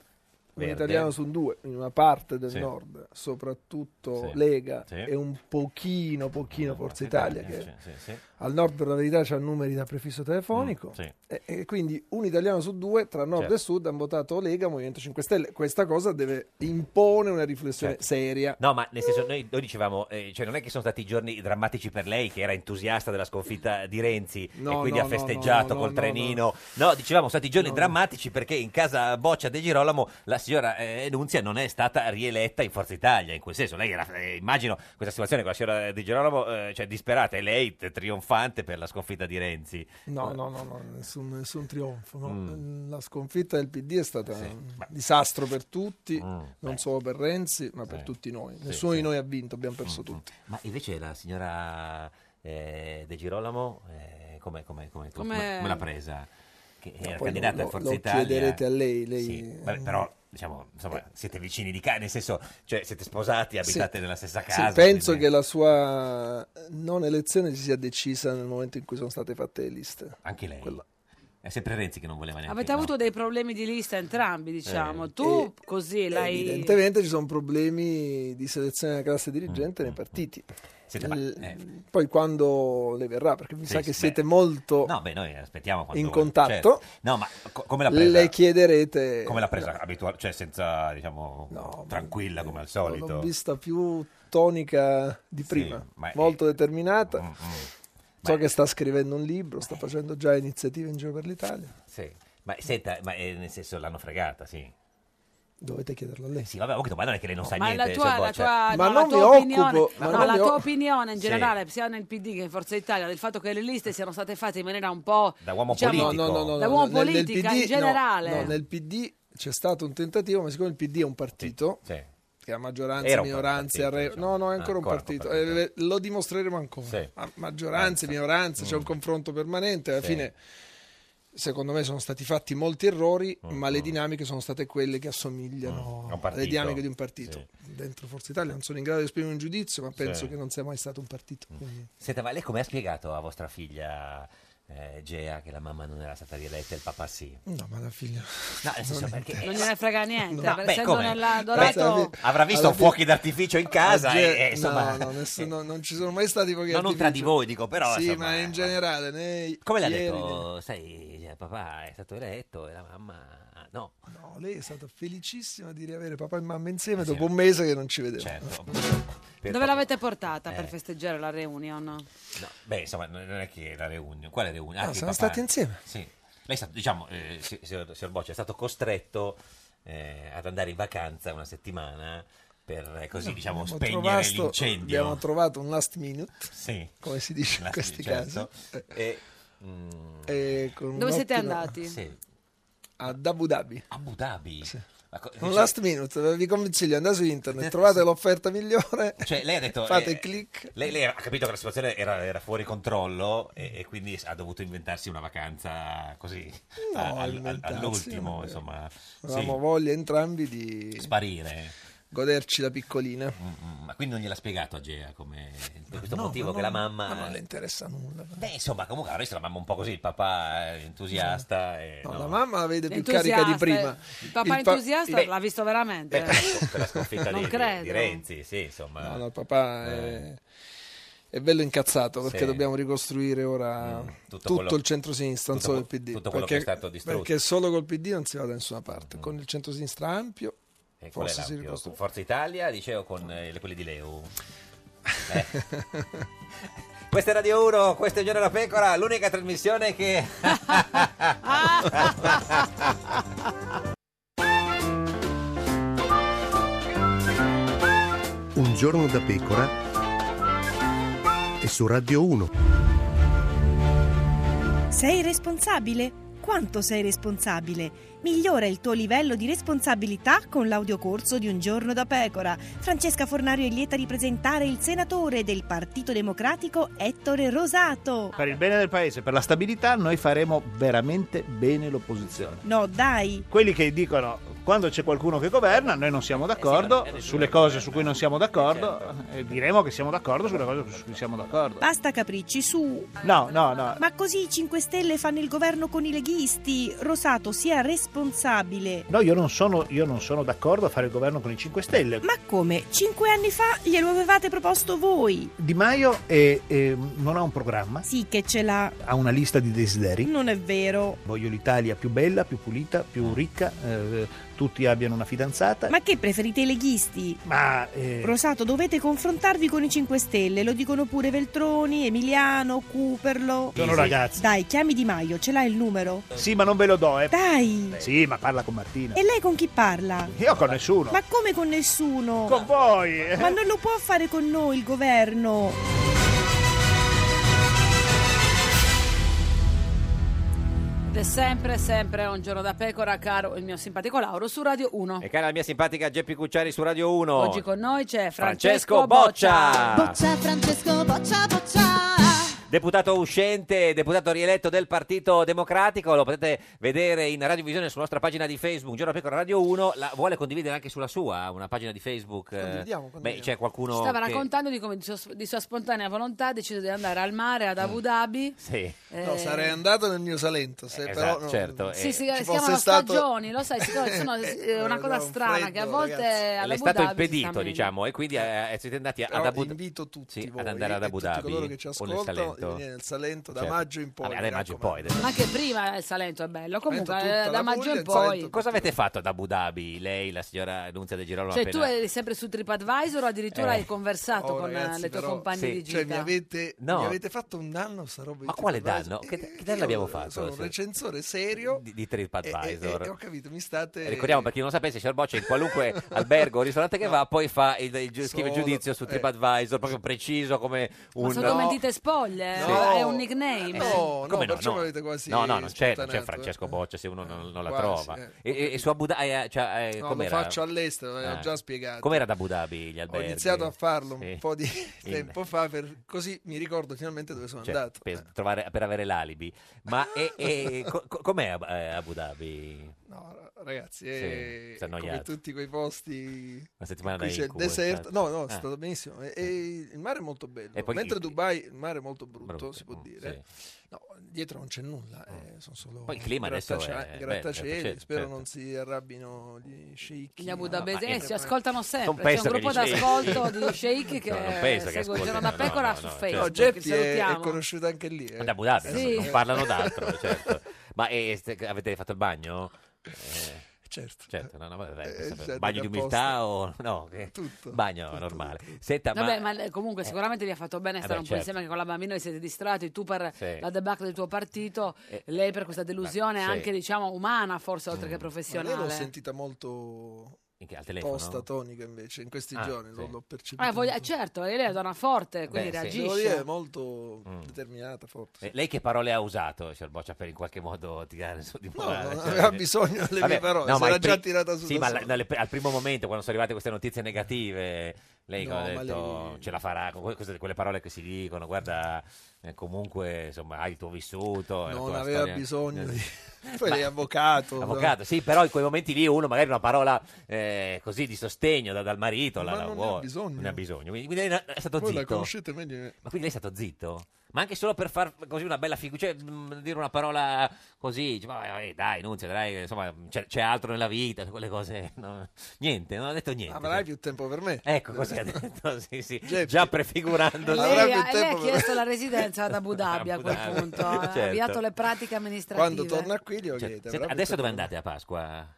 un Verde. italiano su due, in una parte del Sì. nord, soprattutto Sì. Lega Sì. e un pochino Forza Italia, che Sì. al nord per la verità c'ha numeri da prefisso telefonico. Sì. E quindi un italiano su due tra nord Certo. e sud hanno votato Lega, Movimento 5 Stelle. Questa cosa impone una riflessione Certo. seria. No, ma nel senso, noi dicevamo, cioè non è che sono stati giorni drammatici per lei, che era entusiasta della sconfitta di Renzi No, e quindi no, ha festeggiato no, col no, trenino. No, dicevamo, sono stati giorni drammatici perché in casa Boccia De Girolamo la signora Nunzia non è stata rieletta in Forza Italia. In quel senso, lei era, immagino questa situazione con la signora De Girolamo, cioè disperata, e lei trionfante per la sconfitta di Renzi. No, nessun trionfo. No. La sconfitta del PD è stata un disastro per tutti, non solo per Renzi, ma per tutti noi. Nessuno di noi ha vinto, abbiamo perso tutti. Ma invece la signora De Girolamo, come l'ha presa? Che era Poi candidata a Forza lo Italia. chiederete a lei. Sì, vabbè, però diciamo, insomma, siete vicini di casa, nel senso, cioè siete sposati, abitate Sì. nella stessa Sì, casa. penso quindi- che la sua non elezione si sia decisa nel momento in cui sono state fatte le liste. Anche lei. È sempre Renzi che non voleva neanche. Avete avuto dei problemi di lista entrambi, diciamo. Eh. Tu così l'hai... Evidentemente ci sono problemi di selezione della classe dirigente nei partiti. Senta, ma- Poi quando le verrà, perché mi Sì, sa che sì, siete beh. molto No, beh, noi aspettiamo quando in vuole, contatto. certo. No, ma come l'ha presa? Le chiederete. Come l'ha presa? Abituale, cioè senza, diciamo, tranquilla come al solito. L'ho vista più tonica di Sì, prima, ma- molto determinata. So che sta scrivendo un libro, sta facendo già iniziative in giro per l'Italia. Sì. Ma senta, ma nel senso l'hanno fregata, sì. Dovete chiederlo a lei. Sì, vabbè, ho capito, ma non è che lei non sa Ma niente. la signor tua, la Boccia. tua, Ma no, non la tua mi opinione, occupo, ma no, non la mi tua o- opinione in Sì. generale, sia nel PD che in Forza Italia, del fatto che le liste siano state fatte in maniera un po'... Da uomo diciamo, politico. da uomo nel politica PD in generale. no, nel PD c'è stato un tentativo, ma siccome il PD è un partito Sì. che ha maggioranze, Era un minoranze, partito, diciamo. no, è ancora un partito. Lo dimostreremo ancora. Sì. Maggioranze, minoranze, c'è un confronto permanente. Alla Sì. fine, secondo me, sono stati fatti molti errori, ma le dinamiche sono state quelle che assomigliano A un partito. alle dinamiche di un partito. Sì. Dentro Forza Italia non sono in grado di esprimere un giudizio, ma penso Sì. che non sia mai stato un partito. Quindi... Senta, ma lei come ha spiegato a vostra figlia Gea, che la mamma non era stata rieletta e il papà sì. No, ma la figlia... No, nel senso perché... Non gliene frega niente, No. essendo nell'adorato... Avrà visto fuochi d'artificio in casa insomma... No, non ci sono mai stati fuochi non tra di voi, dico, però... Sì, insomma, ma in generale... come le ha detto? Sai, papà è stato eletto e la mamma... No. No, lei è stata felicissima di riavere papà e mamma insieme dopo un mese che non ci vedevamo. Certo. Dove l'avete portata per festeggiare la reunion? No, beh, insomma, non è che la reunion. Quale reunion? No, siamo stati insieme. Sì. Lei è stato, diciamo, signor Boccia, è stato costretto ad andare in vacanza una settimana per così, diciamo, spegnere l'incendio. Abbiamo trovato un last minute, sì, come si dice in questi casi. Dove siete andati? Sì. Ad Abu Dhabi. Abu Dhabi? Sì. Un last minute, vi consiglio, andate su internet, trovate l'offerta migliore, cioè, lei ha detto, fate click. Lei ha capito che la situazione era fuori controllo e quindi ha dovuto inventarsi una vacanza così all'ultimo, insomma. Avevamo voglia entrambi di sparire, goderci la piccolina. Ma quindi non gliel'ha spiegato a Gea come per questo motivo che la mamma... Ma non le interessa nulla. Beh, insomma, comunque avrà visto la mamma un po' così, il papà è entusiasta. La mamma la vede più carica di prima. Il papà entusiasta l'ha visto veramente. Per la sconfitta non di credo. Renzi, sì, insomma. No, il papà è bello incazzato perché dobbiamo ricostruire ora tutto il centro-sinistra, non solo il PD. Tutto quello che è stato distrutto. Perché solo col PD non si va da nessuna parte. Con il centro-sinistra ampio... Forse si ricostruisce. Forza Italia, dicevo, con quelli di Leu. Questa è Radio 1, questo è Giorno da Pecora, l'unica trasmissione che... Un Giorno da Pecora è su Radio 1. Sei responsabile? Quanto sei responsabile? Migliora il tuo livello di responsabilità con l'audiocorso di Un Giorno da Pecora. Francesca Fornario è lieta di presentare il senatore del Partito Democratico Ettore Rosato. Per il bene del paese, per la stabilità, noi faremo veramente bene l'opposizione. No, dai. Quelli che dicono quando c'è qualcuno che governa, noi non siamo d'accordo sulle cose su cui non siamo d'accordo, diremo che siamo d'accordo sulle cose su cui siamo d'accordo. Basta capricci, su. No. Ma così i 5 Stelle fanno il governo con i leghisti. Rosato sia responsabile. No, io non sono d'accordo a fare il governo con i 5 Stelle. Ma come? 5 anni fa glielo avevate proposto voi. Di Maio non ha un programma? Sì che ce l'ha. Ha una lista di desideri? Non è vero. Voglio l'Italia più bella, più pulita, più ricca, tutti abbiano una fidanzata. Ma che preferite i leghisti? Ma Rosato, dovete confrontarvi con i 5 Stelle, lo dicono pure Veltroni, Emiliano, Cooperlo. Sono ragazzi. Dai, chiami Di Maio, ce l'hai il numero? Sì, ma non ve lo do, Dai. Sì, ma parla con Martina. E lei con chi parla? Io con nessuno. Ma come con nessuno? Con voi. Ma non lo può fare con noi il governo. Ed è sempre Un Giorno da Pecora, caro il mio simpatico Lauro su Radio 1. E cara la mia simpatica Geppi Cucciari su Radio 1. Oggi con noi c'è Francesco Boccia. Boccia, Francesco, boccia, boccia. Deputato uscente, deputato rieletto del Partito Democratico, lo potete vedere in radiovisione sulla nostra pagina di Facebook, Giorno da Pecora Radio 1, vuole condividere anche sulla sua, una pagina di Facebook? Condividiamo. Beh, c'è qualcuno Stava che... raccontando di come di sua spontanea volontà ha deciso di andare al mare ad Abu Dhabi. Sì. No, sarei andato nel mio Salento, se però no, certo. Sì, si chiamano stagioni, lo sai, è una cosa strana che a volte ad le è Abu stato Dhabi impedito, diciamo, e quindi siete andati ad Abu Dhabi. Invito tutti voi ad andare ad Abu Dhabi, tutti coloro che ci ascoltano di venire nel Salento da maggio in poi. Da maggio in poi. Ma anche prima il Salento è bello, comunque tutta da la maggio Puglia, in poi. Cosa avete fatto ad Abu Dhabi? Lei, la signora Nunzia De Girolamo? Cioè tu eri sempre su TripAdvisor o addirittura hai conversato con ragazzi, le tue compagne di gita? Cioè mi avete fatto un danno, sta roba. Ma quale danno? Che danno abbiamo fatto? Sono un recensore serio di TripAdvisor. E ho capito, mi state... Ricordiamo, per chi non lo sapesse, signor Boccia in qualunque albergo o ristorante che va, poi fa scrive il giudizio su TripAdvisor, proprio preciso come un... Ma sono mentite spoglie? È un nickname? No, come perciò mi avete quasi no, non c'è sputtanato, Francesco Boccia se uno non la Quasi, trova. E su Abu Dhabi, no, com'era? lo faccio all'estero, l'ho già spiegato. Com'era ad Abu Dhabi gli alberghi? Ho iniziato a farlo un po' di tempo fa, così mi ricordo finalmente dove sono andato. Per avere l'alibi. Ma com'è Abu Dhabi? No, ragazzi, come tutti quei posti, una settimana qui c'è il deserto. No, è stato benissimo. E il mare è molto bello. Mentre Dubai il mare è molto brutto, si può dire. No, dietro non c'è nulla, sono solo Poi il clima adesso è grattacieli. Spero certo. non si arrabbino gli sceicchi. Gli abudabesi si ascoltano Non sempre. C'è penso un gruppo che gli d'ascolto di sceicchi che non penso che segue il Giorno ascoltino, da Pecora no, su no, Facebook. No, che Geppi è salutiamo. conosciuta anche lì. Ad Abu Dhabi, Sì. non parlano d'altro, certo. Ma avete fatto il bagno? Certo. No, vabbè, certo, bagno di che umiltà o no? Tutto. Bagno normale. Senta, Vabbè, ma comunque sicuramente vi ha fatto bene stare un po' certo. insieme, che con la bambina vi siete distratti, tu per Sì. la debacle del tuo partito, lei per questa delusione sì. anche diciamo umana forse oltre che Ma lei professionale. l'ho sentita molto al telefono? tosta, tonica invece, in questi giorni l'ho percepito. Certo, lei è una donna forte, quindi Beh, sì. Devo reagisce. dire, molto determinata, forte. Lei che parole ha usato, signor Boccia, per in qualche modo tirare su di morale? non aveva bisogno delle mie parole, si ma era il già tirata su Sì, da ma sola. al primo momento, quando sono arrivate queste notizie negative, lei No, ha ma detto lei- ce la farà, con quelle parole che si dicono, guarda, comunque, insomma, hai il tuo vissuto. la Non tua aveva storia. bisogno di... Poi lei è avvocato. Avvocato, sì, però in quei momenti lì uno magari una parola così di sostegno dal marito Ma la non ne vuole. ha bisogno. Non ne ha bisogno. Quindi lei è stato Voi la zitto. conoscete meglio di me. Ma quindi lei è stato zitto? Ma anche solo per far così una bella figura, cioè dire una parola così, cioè, dai, Nunzia, dai, insomma, c'è altro nella vita, quelle cose, no? Niente, non ha detto niente. Avrai più tempo per me. Ecco, così ha detto, sì, Geppi. già prefigurandosi. Lei ha chiesto la residenza ad Abu Dhabi a quel punto, ha Certo. avviato le pratiche amministrative. Quando torna qui glielo Cioè, chiede. senta, avrà adesso più dove tempo. andate a Pasqua?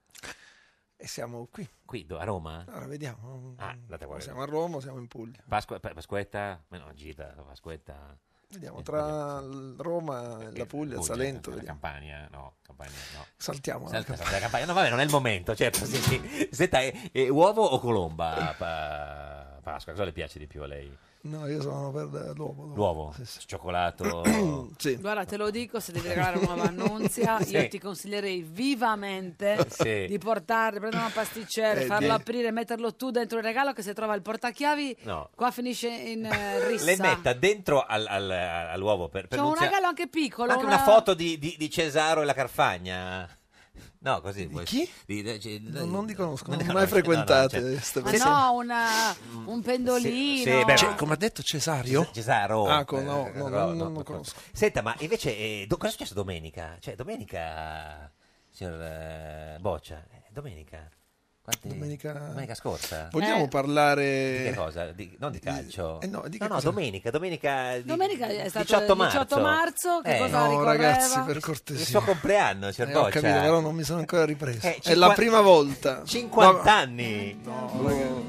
E siamo qui. Qui, a Roma? Allora, vediamo. Andate qua. Siamo a Roma o siamo in Puglia? Pasquetta? No, gita, Pasquetta. Vediamo, tra Roma e la Puglia, il Salento. La vediamo. Campania, no, no. Saltiamo. Salta la Campania. No, vabbè, non è il momento, certo, sì. Senta, uovo o colomba Pasqua? Cosa le piace di più a lei? No, io sono per l'uovo. L'uovo? Cioccolato? Sì. Guarda, te lo dico, se devi regalare una nuova annunzia, Sì. io ti consiglierei vivamente Sì. di prendere una pasticcera, farlo aprire, metterlo tu dentro il regalo, che se trova il portachiavi, No. qua finisce in rissa. Le metta dentro all'uovo per C'è un Nunzia- regalo anche piccolo. anche una foto di Cesaro e la Carfagna. No, così. Di chi? Non li conosco, non li ho mai conosci? frequentate. No, queste Ma persone. no, un pendolino. Sì, beh, Come ha detto Cesario? Cesaro. Ah, non lo conosco. Senta, ma invece cosa è successo domenica? Cioè, domenica, signor Boccia, domenica? Domenica scorsa? Vogliamo parlare... Di che cosa? Non di calcio? no, di che no, cosa? domenica Domenica è stato 18 il 18 marzo, che cosa No, ricorreva? ragazzi, per il cortesia. suo compleanno, signor Ho Boccia. capito, però non mi sono ancora ripreso. È 50 la prima volta. 50 anni. No,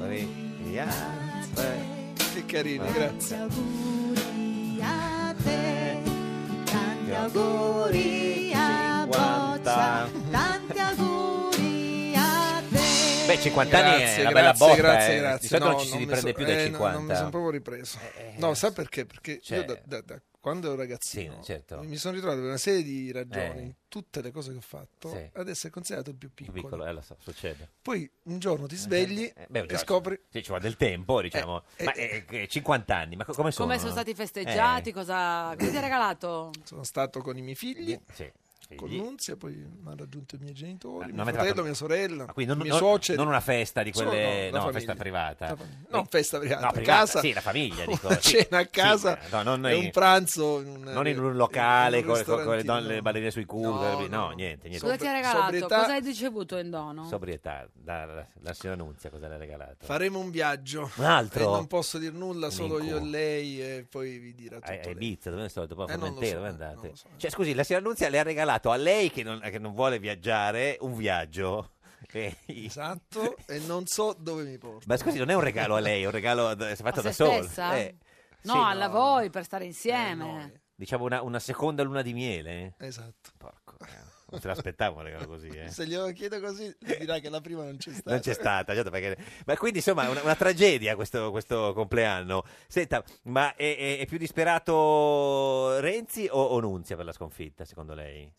ragazzi. Che carini, grazie. Auguri a te, tanti auguri a Boccia, tanti auguri a te. Beh, 50 anni è una bella botta. Di solito non ci si riprende più dai 50. Non mi sono proprio ripreso. No, sa perché? Perché Cioè- io da quando ero ragazzino Sì, certo. mi sono ritrovato per una serie di ragioni, in tutte le cose che ho fatto, Sì. ad essere considerato il più piccolo. Lo so, succede. Poi un giorno ti svegli Beh, e scopri... Sì, ci vuole del tempo, diciamo. Ma 50 anni, ma come sono? Come sono stati festeggiati? Cosa ti ha regalato? Sono stato con i miei figli, Sì. con Nunzia, poi mi hanno raggiunto i miei genitori, Non mio avete fratello, fatto- mia sorella, Ma quindi i miei suoceri. non una festa di quelle, la no, famiglia. festa privata. No, festa privata, No, a privata, casa. sì, la famiglia, dico. Una sì. cena a casa Sì, no, non e un pranzo non in un locale in un con le ristorantino. donne, le ballerine sui cooler, No, niente. Cosa ti ha regalato? sobrietà. Cosa hai ricevuto in dono? Sobrietà, la signora Nunzia cosa le ha regalato? Faremo un viaggio. Un altro? E non posso dire nulla, Un solo io e incubo. lei, e poi vi dirà tutto. A lei. Ibiza, dove sono? Dopo a non lo Formentera, so, dove non andate? lo so. Cioè, scusi, la signora Nunzia le ha regalato a lei che non vuole viaggiare un viaggio. Esatto, e non so dove mi porta. Ma scusi, non è un regalo a lei, è un regalo si è fatto A da se solo. stessa? No, sì, alla voi, per stare insieme. Diciamo una seconda luna di miele. Esatto. Porco, non se l'aspettavo un regalo così, eh. Se glielo chiedo così, dirà che la prima non c'è stata. Non c'è stata, certo, perché... Ma quindi insomma una tragedia questo compleanno. Senta, ma è più disperato Renzi o Nunzia per la sconfitta, secondo lei?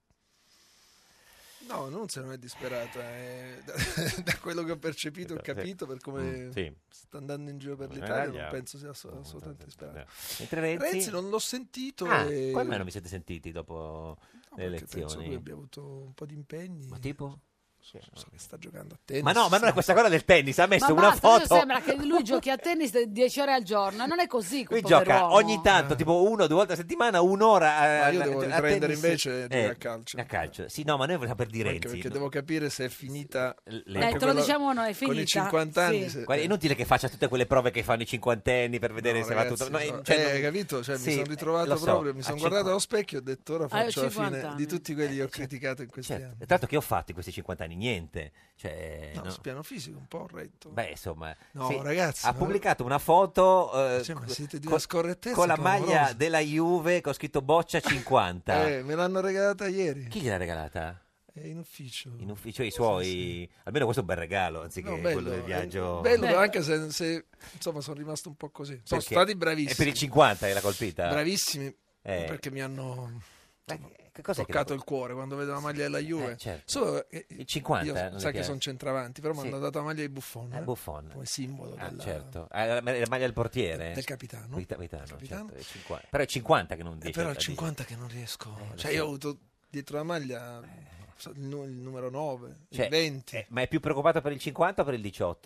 No, Nunzia non è disperata, da quello che ho percepito e capito, per come Sì. sta andando in giro per l'Italia, Italia. non penso sia assolutamente disperata. Mentre Renzi? Non l'ho sentito. Come mai non vi siete sentiti dopo le Perché penso elezioni? che abbia avuto un po' di impegni. Ma tipo? so che sta giocando a tennis. Ma no, ma non è questa cosa del tennis, ha messo Ma una basta, adesso foto. sembra che lui giochi a tennis 10 ore al giorno, non è così. Lui pover'uomo. gioca ogni tanto, tipo 1 o 2 volte a settimana, un'ora Ma io devo a riprendere tennis. invece di a calcio. A calcio. Sì, no, ma noi vogliamo per di Anche Renzi. perché no? devo capire se è finita te lo diciamo noi, è finita. con i 50 anni. Sì. Guarda, è inutile che faccia tutte quelle prove che fanno i cinquantenni per vedere No, se ragazzi, va tutto. no. Non- capito? Cioè, Sì, mi sono ritrovato lo so, proprio, mi a sono 50 guardato allo specchio e ho detto ora faccio la 50 fine anni. di tutti quelli che ho criticato in questi Certo. anni. E tra l'altro che ho fatto in questi 50 anni? Niente. Cioè, No, no. sul piano fisico un po' ho retto. Beh, insomma, No, sì, ragazzi, ha ma- pubblicato una foto Cioè, ma siete di una scorrettezza con la maglia clamorosa. della Juve con scritto Boccia 50. Me l'hanno regalata ieri. Chi gliel'ha regalata? È in ufficio. In ufficio i suoi. Almeno questo è un bel regalo, anziché No, bello, quello del viaggio. bello, anche se insomma sono rimasto un po' così. Sono Perché? stati bravissimi. E per il 50 l'ha colpita? Bravissimi, perché mi hanno che cos'è toccato il cuore quando vedo la maglia della Juve. certo. Solo, Il 50, io, non le sai che piace? sono centravanti, però mi Sì. hanno dato la maglia di Buffon. Buffon. Come simbolo della... certo. La maglia del portiere? Del capitano. Capitano, Capitano. certo, è 50. Però è 50 che non dice. Però è il 50 che non riesco. lo Cioè, so. io ho avuto dietro la maglia il numero 9, Cioè, il 20. ma è più preoccupato per il 50 o per il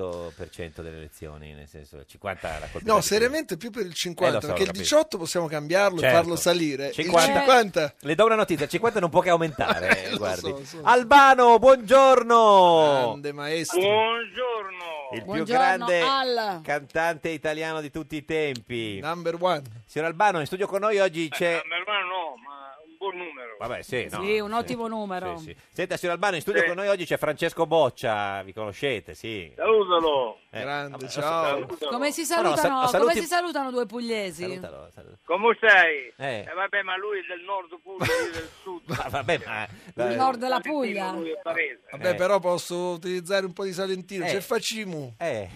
18% delle elezioni? Nel senso, il 50 la colpita No, di più. seriamente più per il 50, lo so, perché l'ho il capito. 18 possiamo cambiarlo e Certo. farlo salire. 50. Il 50 Le do una notizia, il 50 non può che aumentare, Lo guardi. so. Albano, buongiorno! Grande maestro. Buongiorno. Il più Buongiorno, grande Al. cantante italiano di tutti i tempi. Number one. Signor Albano, in studio con noi oggi c'è... Hermano no, ma un buon numero. Vabbè, sì, no. Sì, un ottimo numero. Sì, sì. Senta, signor Albano, in studio Sì. con noi oggi c'è Francesco Boccia, vi conoscete, sì. Salutalo. Grande, vabbè, ciao. Come si No, no, salutano, saluti- come si salutano due pugliesi? Salutalo. Come stai? Eh. Ma lui è del nord Puglia, io del sud. Ma vabbè, ma... Il nord della Puglia. Lui è barese. Vabbè, però posso utilizzare un po' di salentino. Eh. C'è facciamo.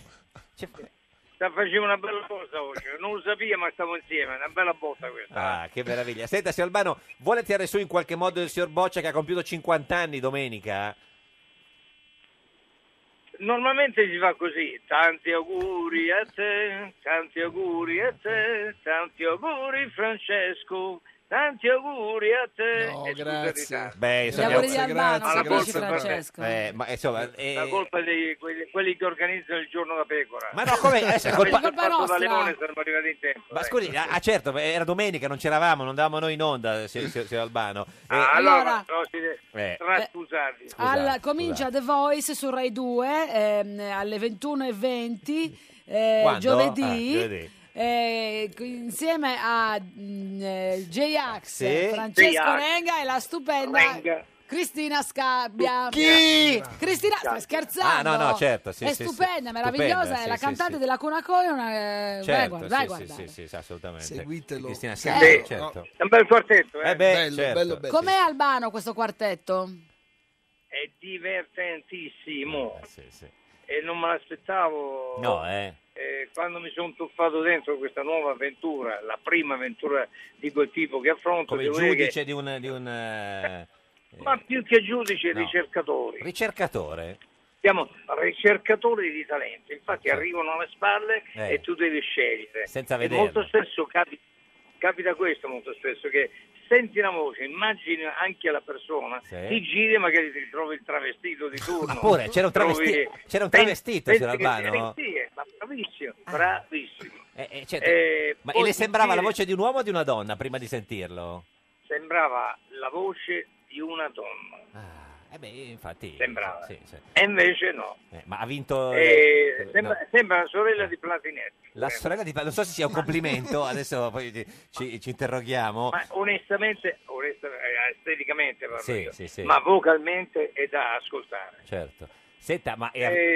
Sta facendo una bella cosa oggi. Non lo sapevo, ma stiamo insieme. Una bella botta questa. Ah, che meraviglia. Senta, signor Albano, vuole tirare su in qualche modo il signor Boccia che ha compiuto 50 anni domenica? Normalmente si fa così. Tanti auguri a te, tanti auguri a te, tanti auguri Francesco. Tanti auguri a te. No, E grazie. scusa, Beh, Gli auguri di Albano, Alla capisci colpa è per me. Francesco? ma insomma... la colpa di quelli che organizzano il giorno da pecora. Ma no, come? Adesso è Se colpa... avessi fatto nostra. da Leone saremmo arrivati in tempo. Ma dai. scusi, certo, era domenica, non c'eravamo, non davamo noi in onda, signor Albano. Allora- no, siete scusati. Comincia The Voice su Rai 2 alle 21:20 Quando? giovedì. Insieme a J-Ax, Sì. Francesco J-Ax. Renga e la stupenda Renga. Cristina Scabbia. Chi? Cristina, stai scherzando? Ah, no, certo, sì, è sì, stupenda, sì. meravigliosa, Stupenda, è sì, la sì, cantante sì. della Cunacoi, Certo, vai sì, guardare. sì, assolutamente. Seguitelo. Cristina Sì. Scabbia, certo. È un bel quartetto, Beh, Bello, certo. bello, bello. Com'è Albano questo quartetto? È divertentissimo. Sì, sì. E non me l'aspettavo. No, Quando mi sono tuffato dentro questa nuova avventura, la prima avventura di quel tipo che affronto, come devo dire giudice che- di un ma più che giudice, no. ricercatori. ricercatore. Siamo ricercatori di talento, infatti arrivano alle spalle Eh. e tu devi scegliere. Senza E vederlo. molto spesso capita questo, molto spesso, che senti una voce, immagini anche la persona, Sì. ti giri e magari ti trovi il travestito di turno. Ma pure, c'era un travestito, pensi signor che- Albano? sì, ma bravissimo, bravissimo. Certo. Ma poi le sembrava la dire- voce di un uomo o di una donna prima di sentirlo? Sembrava la voce di una donna. Infatti. Sembrava. Sì, sì. E invece no. Ma ha vinto Sembra, no. sembra la sorella di Platinetti. La sorella di non so se sia un complimento, adesso poi ci interroghiamo. Ma onestamente, esteticamente parlo Sì, io, sì. ma vocalmente è da ascoltare. Certo. Senta, ma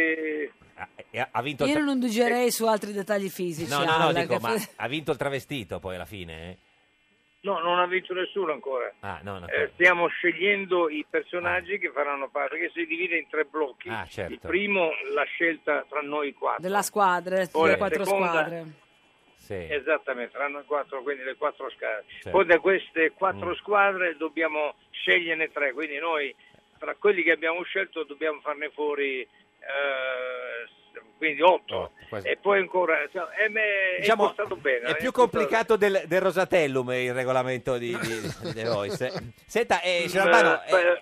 ha vinto Io il non indugerei su altri dettagli fisici. No, Alla, dico, ma che- ha vinto il travestito poi alla fine? No, non ha vinto nessuno ancora. Ah, no. Stiamo scegliendo i personaggi che faranno parte, che si divide in 3 blocchi. Ah, certo. Il primo, la scelta tra noi 4. della squadra, Poi delle la 4 seconda- squadre. Sì. Esattamente, tra noi 4, quindi le 4 squadre. Certo. Poi da queste 4 squadre dobbiamo sceglierne 3, quindi noi tra quelli che abbiamo scelto dobbiamo farne fuori quindi 8. quasi. E poi ancora, insomma, è Diciamo, costato bene. è più complicato del Rosatellum il regolamento di The Voice. Senta, signor Albano,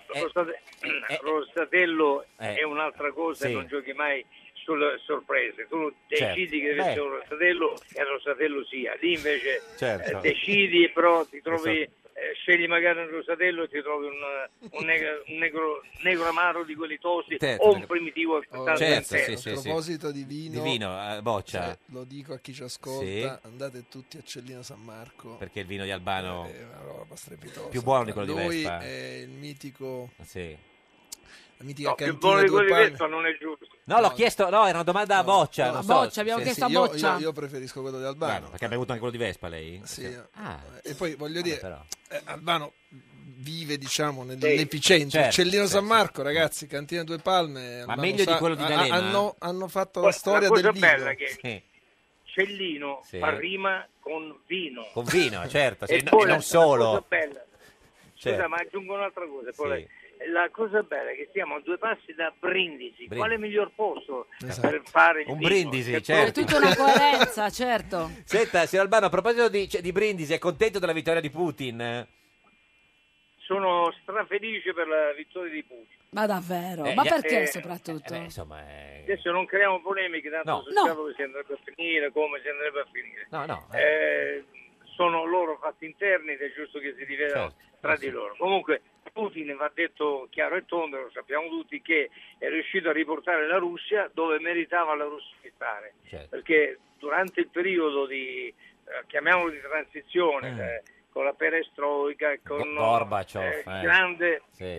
Rosatello è un'altra cosa, Sì. non giochi mai sulle sorprese. Tu decidi che deve essere un Rosatello e il Rosatello sia. Lì invece Certo. decidi, però ti trovi... scegli magari un Rosatello e ti trovi un negro amaro di quelli tosi Certo. o un primitivo Certo, A proposito di vino, Boccia. lo dico a chi ci ascolta, Sì. andate tutti a Cellino San Marco. Perché il vino di Albano È una roba strepitosa. più buono di quello di Lui Vespa. è il mitico... Sì. La mitica No, più cantina buono di Due quelli di Palme. Vespa non è giusto. No, l'ho chiesto, no, era una domanda a Boccia. non so. abbiamo chiesto a io- Boccia. Io preferisco quello di Albano. Perché ha bevuto anche quello di Vespa lei? Sì. Ah. E poi voglio dire, però. Albano vive diciamo nell'epicentro. Certo, Cellino San Marco, ragazzi, cantina Due Palme. Ma Albano meglio di quello di D'Alema? hanno fatto la storia cosa del vino. bella è che Cellino Sì. fa rima con vino. Con vino, certo, E sì, poi e non la solo. cosa bella, scusa, Certo. ma aggiungo un'altra cosa. Poi Sì. la cosa bella è che stiamo a 2 passi da Brindisi. Quale miglior posto Esatto. per fare il Un vino? Brindisi, Che certo. È tutta una coerenza, certo. Senta, signor Albano, a proposito di Brindisi, è contento della vittoria di Putin? Sono strafelice per la vittoria di Putin. Ma davvero? Ma perché eh, soprattutto? Insomma, Adesso non creiamo polemiche, tanto No. sappiamo che si andrebbe a finire, come si andrebbe a finire. No. Sono loro fatti interni ed è giusto che si dividano Certo. tra di loro. Comunque Putin va detto chiaro e tondo, lo sappiamo tutti, che è riuscito a riportare la Russia dove meritava la Russia di stare. Certo. Perché durante il periodo di, chiamiamolo di transizione, con la perestroica, con Gorbaciov, grande Sì.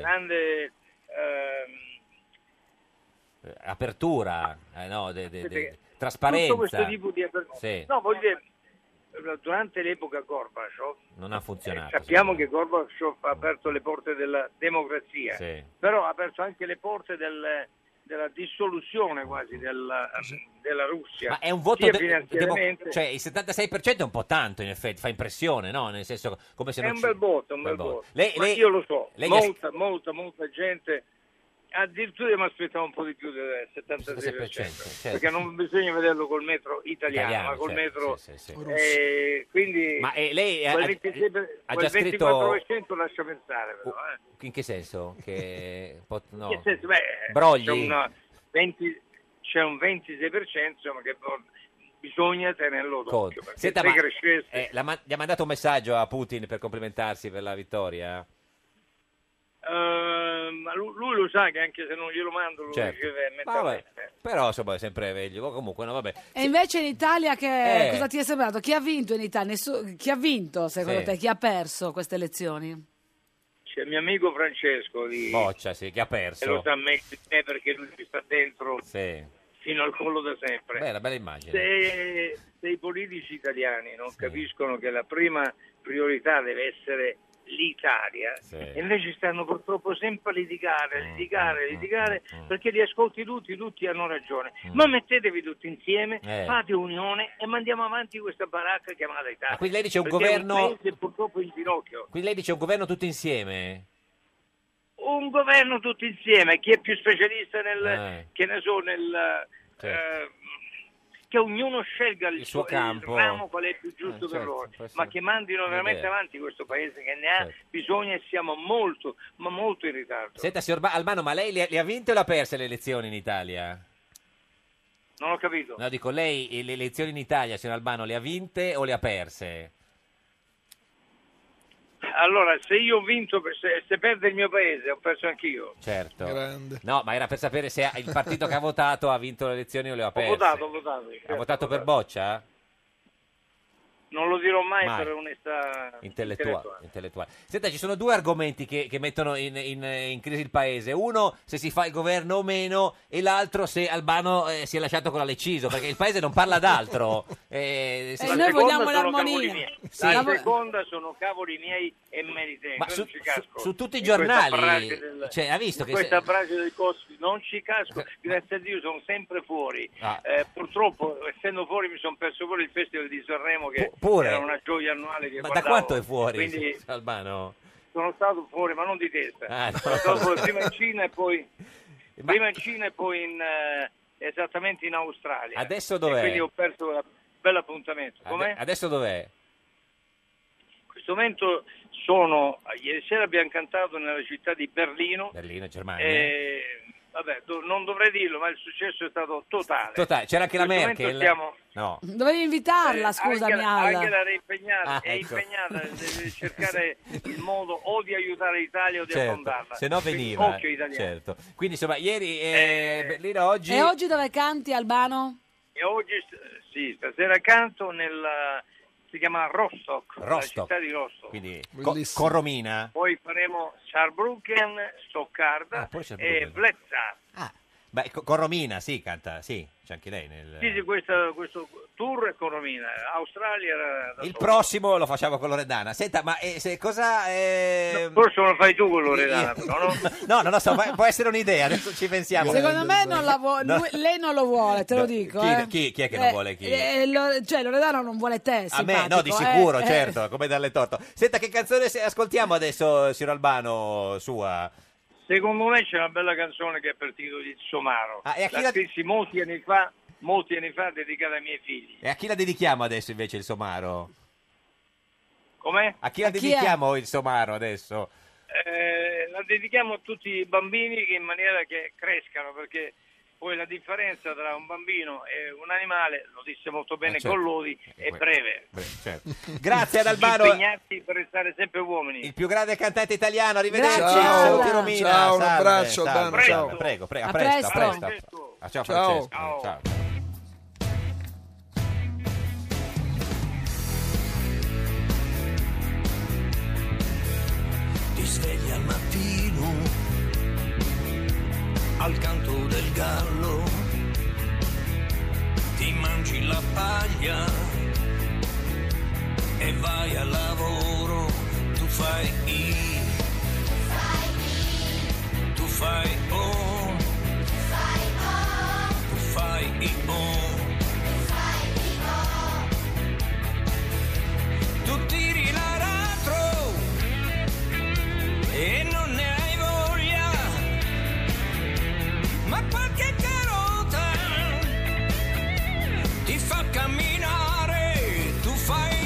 Apertura, no, trasparenza. Tutto questo tipo di apertura. Sì. No, voglio dire, durante l'epoca Gorbaciov, Non ha funzionato. sappiamo che Gorbaciov ha aperto le porte della democrazia, Sì. però ha aperto anche le porte della dissoluzione quasi della Russia. Ma è un voto sia finanziariamente. cioè il 76% è un po' tanto, in effetti, fa impressione, no? Nel senso, come se È non un bel voto, Ma Lei- io lo so, lei molta gente, addirittura io mi aspettavo un po' di più del 76%, certo. perché non bisogna vederlo col metro italiano, ma col certo, metro... sì. quindi Ma lei quel 26 ha quel già scritto 24% lascia pensare, però, in che senso? Che no. Nel senso, Brogli? c'è un 26% insomma, che bisogna tenerlo d'occhio, perché Senta, se ma crescesse... gli ha mandato un messaggio a Putin per complimentarsi per la vittoria? ma lui lo sa che anche se non glielo mando lo Certo. riceve Vabbè, mentalmente. però insomma è sempre meglio. Comunque, no, vabbè. E invece in Italia cosa ti è Eh. sembrato? Chi ha vinto in Italia? Chi ha vinto secondo Sì. te? Chi ha perso queste elezioni? C'è il mio amico Francesco di... Boccia, sì, che ha e lo perso. sa meglio di me perché lui ci sta dentro Sì. fino al collo da sempre. Beh, una bella immagine. Se i politici italiani non capiscono che la prima priorità deve essere l'Italia, e invece stanno purtroppo sempre a litigare, perché li ascolti tutti hanno ragione. Ma mettetevi tutti insieme, fate unione e mandiamo avanti questa baracca chiamata Italia. Ma quindi lei dice un Perché governo... è un paese purtroppo in ginocchio. Quindi lei dice un governo tutto insieme? Un governo tutto insieme, chi è più specialista nel, che ne so, che ognuno scelga il suo campo, il ramo qual è il più giusto per certo, loro, può ma essere che mandino veramente un'idea. avanti questo paese che ne ha bisogno e siamo molto, ma molto in ritardo. Senta, signor Albano, ma lei le ha vinte o le ha perse le elezioni in Italia? Non ho capito. No, dico, lei le elezioni in Italia, signor Albano, le ha vinte o le ha perse? Allora, se io ho vinto, se perde il mio paese, ho perso anch'io. Certo. Grande. No, ma era per sapere se il partito che ha votato ha vinto le elezioni o le ha Ho perse. votato. Ha votato per Boccia? Non lo dirò mai, Mai. per onestà Intellettuale. Senta, ci sono due argomenti che mettono in crisi il paese. Uno, se si fa il governo o meno, e l'altro, se Albano si è lasciato con la Leciso, perché il paese non parla d'altro. noi vogliamo l'armonia. Sì. La seconda sono cavoli miei e me li tengo. Ma non su, ci casco. su tutti i In questa giornali, brace del- cioè, ha visto in che... questa brace dei costi non ci casco, grazie a Dio sono sempre fuori. Ah. Purtroppo, essendo fuori, mi sono perso pure il Festival di Sanremo, che Pure? era una gioia annuale che Ma da guardavo. quanto è fuori, Quindi Albano? sono stato fuori, ma non di testa. Ah, no. Sono stato prima in Cina e poi in esattamente in Australia. Adesso dov'è? E quindi ho perso un bel appuntamento. Com'è? Adesso dov'è? In questo momento ieri sera abbiamo cantato nella città di Berlino. Berlino, Germania. Vabbè, non dovrei dirlo, ma il successo è stato totale. C'era anche la In questo Merkel? momento No. Dovevi invitarla, scusami, Al. Angela è impegnata, ecco. impegnata, deve cercare il modo o di aiutare l'Italia o di Certo, affondarla. se no Quindi, veniva. occhio italiano. Certo. Quindi insomma, ieri Berlino, oggi... E oggi dove canti, Albano? E oggi, sì, stasera canto si chiama Rostock, la città di Rostock. Quindi con Romina? Poi faremo Saarbrücken, Stoccarda e Blezza. Beh, con Romina, sì, canta, sì, c'è anche lei nel... Sì, questo tour è con Romina. Australia era da Il solo. prossimo lo facciamo con Loredana. Senta, ma cosa... Forse lo fai tu con Loredana, però, no? No, so, può essere un'idea, adesso ci pensiamo. Secondo me non lei non lo vuole, te lo dico. Chi è che non vuole chi? Cioè Loredana non vuole te, A me, no, di sicuro, certo, come darle torto. Senta, che canzone ascoltiamo adesso, signor Albano, sua? Secondo me c'è una bella canzone che è per titolo di Somaro. E a chi la scrissi molti anni fa, dedicata ai miei figli. E a chi la dedichiamo adesso invece il Somaro? Com'è? A chi la dedichiamo il Somaro adesso? La dedichiamo a tutti i bambini in maniera che crescano, perché poi la differenza tra un bambino e un animale, lo disse molto bene certo. Collodi, è breve. Certo. Grazie ad Albano. Impegnarsi per restare sempre uomini. Il più grande cantante italiano, arrivederci. Ciao, Saluti Romina. ciao, un Salve, abbraccio, salve, Albano, salve. ciao. Prego, a A presto. presto. Ciao Ciao. Francesco. Ciao. Ciao. Ti svegli al mattino al canto del gallo, ti mangi la paglia e vai al lavoro. Tu fai tu fai tu tiri l'aratro e non ne hai voglia, ma qualche carota ti fa camminare. Tu fai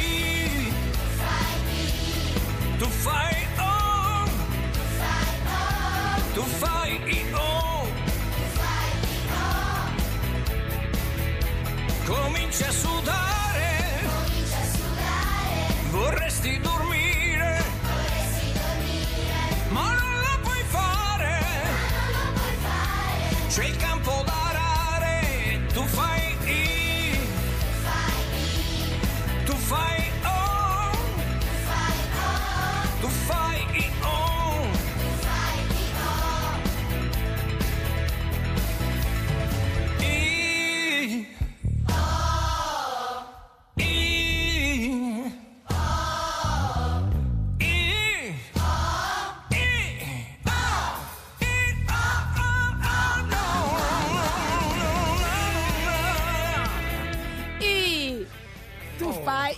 tu fai tu fai cominci a sudare, vorresti dormire, ma non la puoi fare, c'è il campo da arare. Tu fai tu fai tu fai Tu fai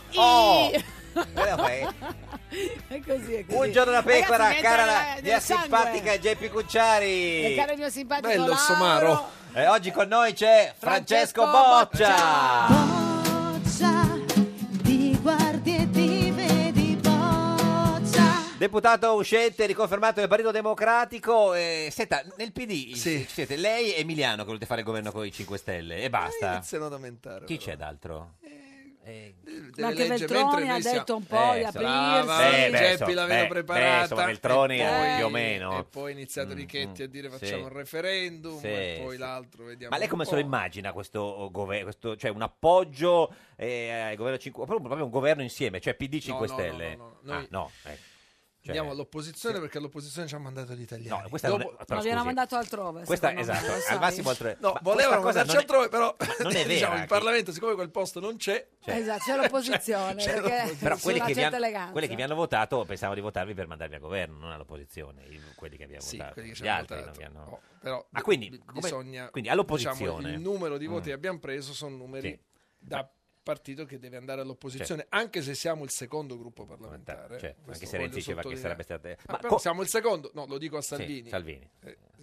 È così. Un giorno da pecora, Ragazzi, cara mentre la mia nel sangue. simpatica Geppi Cucciari. E caro il mio simpatico Bello il Lauro. Somaro. E oggi con noi c'è Francesco Boccia. Boccia, ti guardi e ti vedi boccia. Deputato uscente, riconfermato del Partito Democratico. Senta, nel PD ci siete lei e Emiliano che volete fare il governo con i 5 Stelle e basta. Iniziano ad aumentare. Chi però. c'è d'altro? Ma anche Veltroni ha detto un po' di aprirsi. Geppi la vedo preparata. insomma, Veltroni E poi- più o meno. E poi è iniziato Richetti a dire facciamo un referendum, Sì, e poi sì. l'altro vediamo. Ma lei un come po'. se lo immagina questo governo? Cioè un appoggio al governo 5, proprio un governo insieme, cioè PD 5 No, Stelle? no. Noi Cioè, andiamo all'opposizione perché all'opposizione ci ha mandato gli italiani. No, questa Dopo- non è, Ma però, vi hanno scusi, mandato altrove. questa secondo me, esatto, lo al sai? massimo altrove. No, Ma volevano questa cosa mandarci non è- altrove, però non è diciamo, vera, in Parlamento, siccome quel posto non c'è, Esatto, c'è l'opposizione. C'è perché l'opposizione. Però c'è quelli una che, certa eleganza. quelli che mi hanno votato pensavano di votarvi per mandarvi a governo, non all'opposizione. Quelli che abbiamo Sì, votato. quelli che ci Gli hanno altri votato. non vi hanno... No, però quindi, bisogna, quindi all'opposizione. diciamo, il numero di voti Mm. che abbiamo preso sono numeri Sì. da partito che deve andare all'opposizione, anche se siamo il secondo gruppo parlamentare. Certo, Questo anche se Renzi voglio diceva che sottolineare. sarebbe stato... Ma però siamo il secondo, no, lo dico a Salvini. Salvini.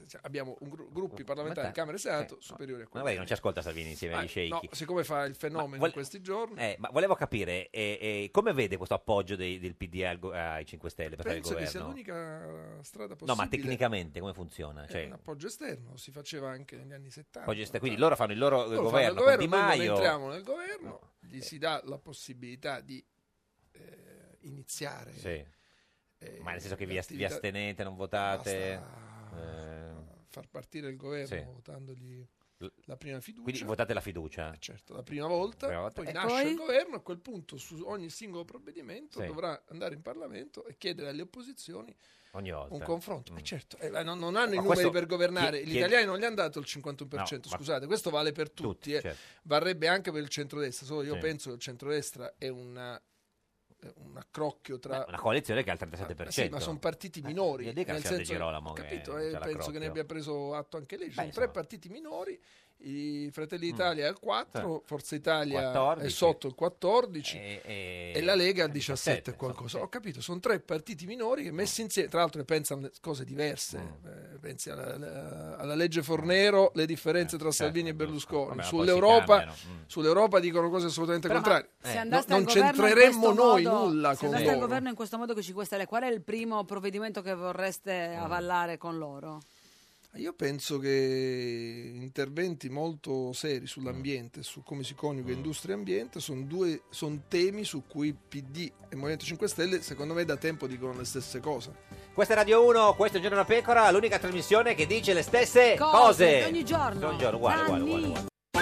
abbiamo gruppi parlamentari, Camera e Senato, superiori a quelli. Ma guarda che non ci ascolta Salvini insieme agli sceicchi. No, siccome fa il fenomeno in questi giorni. Ma volevo capire, come vede questo appoggio del PD ai 5 Stelle per fare il Penso che governo? sia l'unica strada possibile. No, ma tecnicamente come funziona? È un appoggio esterno, si faceva anche negli anni 70. Quindi loro fanno il loro governo fanno il con Di noi non Maio. entriamo nel governo, gli si dà la possibilità di iniziare. Sì. Ma nel senso che vi astenete, non votate? Far partire il governo Sì. votandogli la prima fiducia. Quindi votate la fiducia? Certo, la prima volta, poi E nasce poi? il governo, a quel punto su ogni singolo provvedimento Sì. dovrà andare in Parlamento e chiedere alle opposizioni Ogni volta. un confronto. Certo, non hanno i Ma numeri questo per governare, chi- gli italiani non gli hanno dato il 51%, No, ma- scusate, questo vale per tutti, certo. varrebbe anche per il centrodestra, solo io Sì. penso che il centrodestra è un accrocchio tra... Una coalizione che ha il 37%. Sì, ma sono partiti minori. Io dica al nel signor De senso, Girolamo ho che capito, c'ha penso che ne l'accrocchio. abbia preso atto anche lei. Ci sono insomma. 3 partiti minori, i Fratelli d'Italia al 4, Forza Italia 14. è sotto il 14 e la Lega al 17 e qualcosa. Ho capito, sono 3 partiti minori che messi insieme, tra l'altro pensano le cose diverse. Pensi alla legge Fornero, le differenze tra Salvini e Berlusconi. Vabbè, ma poi si Sull'Europa, cambiano. sull'Europa dicono cose assolutamente Però, contrarie. se andaste Non al governo in c'entreremmo questo noi modo- nulla se con andaste al loro. governo in questo modo con 5 Stelle, qual è il primo provvedimento che vorreste avallare con loro? Io penso che interventi molto seri sull'ambiente, su come si coniuga industria e ambiente, sono temi su cui PD e Movimento 5 Stelle secondo me da tempo dicono le stesse cose. Questa è Radio 1, questo è Un Giorno da Pecora, l'unica trasmissione che dice le stesse cose. Ogni giorno. Ogni giorno, uguale.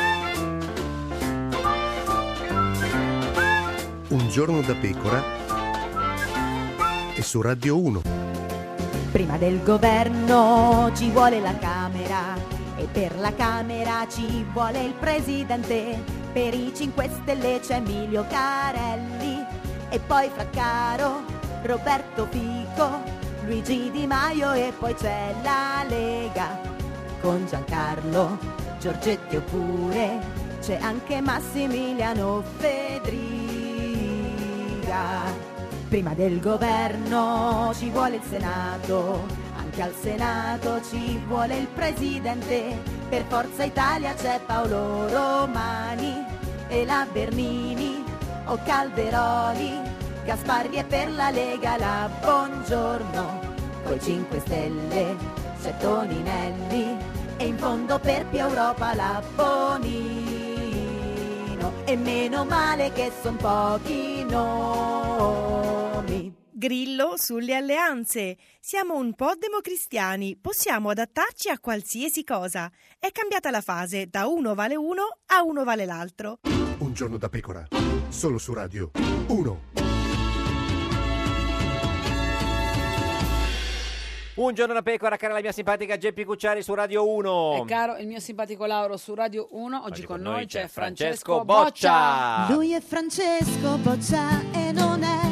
Un giorno da pecora e su Radio 1. Prima del governo ci vuole la Camera e per la Camera ci vuole il Presidente. Per i 5 Stelle c'è Emilio Carelli e poi Fraccaro, Roberto Fico, Luigi Di Maio e poi c'è la Lega con Giancarlo Giorgetti oppure c'è anche Massimiliano Fedriga. Prima del governo ci vuole il Senato, anche al Senato ci vuole il Presidente. Per Forza Italia c'è Paolo Romani e la Bernini o Calderoli, Gasparri e per la Lega la Bongiorno. Coi 5 Stelle c'è Toninelli e in fondo per più Europa la Bonino. E meno male che son pochi nomi. Grillo sulle alleanze. Siamo un po' democristiani, possiamo adattarci a qualsiasi cosa. È cambiata la fase, da uno vale uno a uno vale l'altro. Un giorno da pecora, solo su Radio 1. Un Giorno da Pecora, cara la mia simpatica Geppi Cucciari su Radio 1. E caro il mio simpatico Lauro su Radio 1, oggi con noi c'è Francesco Boccia. Lui è Francesco Boccia e non è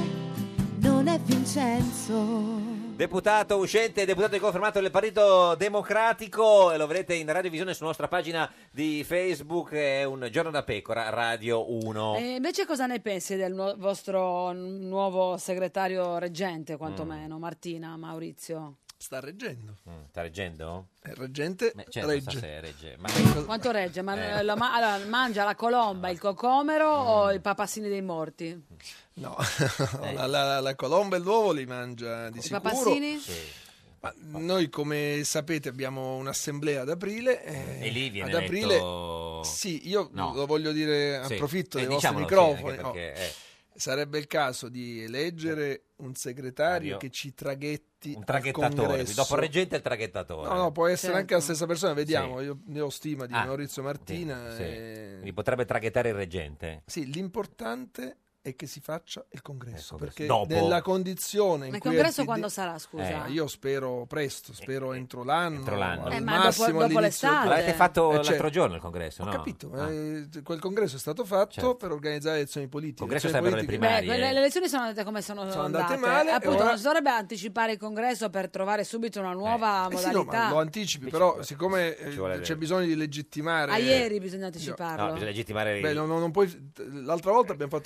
Vincenzo. Deputato uscente, deputato riconfermato del Partito Democratico, e lo vedete in radiovisione sulla nostra pagina di Facebook, è Un Giorno da Pecora, Radio 1. E invece cosa ne pensi del vostro nuovo segretario reggente, quantomeno, Martina, Maurizio? Sta reggendo. Sta reggendo? È reggente, certo, regge. sa se regge. Ma Quanto regge? Allora, mangia la colomba, il cocomero o i papassini dei morti? No, la colomba e l'uovo li mangia di I sicuro. papassini? Ma noi, come sapete, abbiamo un'assemblea ad aprile. E lì viene ad aprile, eletto... sì, io No. lo voglio dire, Sì. approfitto dei vostri Diciamolo, microfoni. sì, anche perché, Sarebbe il caso di eleggere un segretario Mario. che ci traghetti un al traghettatore, congresso. dopo il reggente il traghettatore. No, può essere anche la Certo. stessa persona, vediamo, Sì. io ne ho stima di Maurizio Martina. Sì. e- Quindi potrebbe traghettare il reggente. Sì, l'importante è che si faccia il congresso, perché Dopo. nella condizione in Ma il cui congresso il PD quando sarà, scusa? io spero presto, spero entro l'anno, Entro l'anno. al Ma massimo dopo all'inizio l'estate. L'avete fatto l'altro certo. giorno il congresso, Ho no? capito, quel congresso è stato fatto Certo. per organizzare le elezioni politiche. Congresso Le elezioni sarebbero le politiche- Beh, le elezioni sono andate come sono andate andate. male, e Appunto, ora- non si dovrebbe anticipare il congresso per trovare subito una nuova Eh sì, no, modalità. ma lo anticipi, però siccome vuole- c'è bisogno di legittimare... A ieri bisogna anticiparlo. No, bisogna legittimare Beh, non puoi... L'altra volta abbiamo fatto il congresso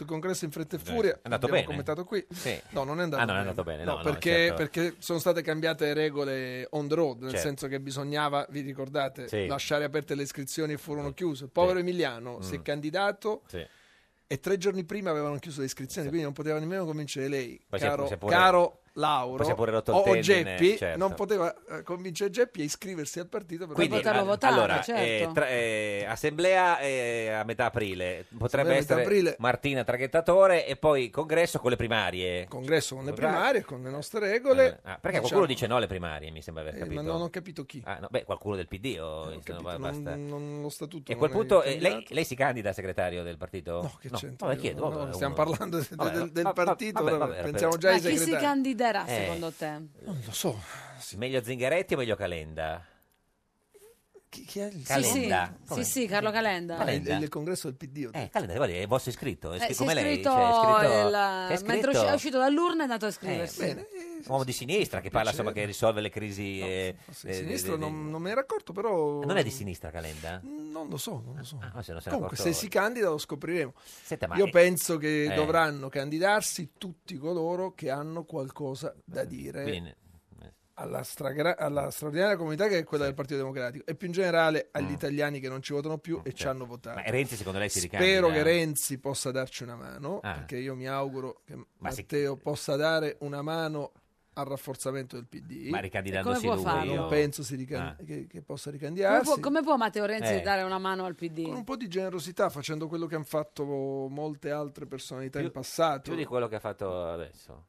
in fretta e furia. È andato abbiamo bene? commentato qui. Sì. No, non è andato non bene. è andato bene. No, No, perché, certo. perché sono state cambiate regole on the road, nel Certo. senso che bisognava, vi ricordate, Sì. lasciare aperte le iscrizioni e furono chiuse. Il povero Emiliano si è candidato Sì. e 3 giorni prima avevano chiuso le iscrizioni, quindi non poteva nemmeno convincere lei, Poi si è caro, pure- caro Lauro poi si è pure rotto il o tendine, Geppi, certo. non poteva convincere Geppi a iscriversi al partito per Quindi, poterlo votare, allora, certo. assemblea a metà aprile, potrebbe Assemblea a metà essere aprile. Martina traghettatore e poi congresso con le primarie. Congresso con le primarie, con le nostre regole. Perché qualcuno dice no alle primarie, mi sembra aver capito. ma non ho capito chi. No, qualcuno del PD o basta. Non lo statuto. E a quel non è punto candidato. lei si candida a segretario del partito? No, che c'entra? vabbè, chiedo, No, vabbè, stiamo uno- parlando Vabbè, del vabbè, partito, vabbè, ora vabbè, pensiamo già Ma ai chi si segretari. candiderà secondo te? Non lo so. Meglio Zingaretti o meglio Calenda? Chi è il Calenda? Sì, Carlo Calenda. Calenda? il congresso del PD. Calenda, guardi, è il vostro iscritto, è Si è come lei. iscritto, C'è scritto- mentre è uscito dall'urna è andato a iscriversi. bene. Uomo di sinistra che parla, insomma, che risolve le crisi. Sinistra non me ne ero accorto, però. Non è di sinistra Calenda? Non lo so, non lo so. Se non se ne è Comunque, accorto- se si candida lo scopriremo. Senta, ma Io è- penso che eh. dovranno candidarsi tutti coloro che hanno qualcosa da dire Quindi- alla straordinaria comunità che è quella del Partito Democratico e più in generale agli italiani che non ci votano più e ci hanno votato. Ma Renzi secondo lei si ricandida? Spero che Renzi possa darci una mano, Ah. perché io mi auguro che Ma Matteo possa dare una mano al rafforzamento del PD. Ma ricandidandosi E come può lui? farlo? Non penso che possa ricandidarsi. Come può Matteo Renzi Eh. dare una mano al PD? Con un po' di generosità, facendo quello che hanno fatto molte altre personalità Più- in passato. Più di quello che ha fatto adesso.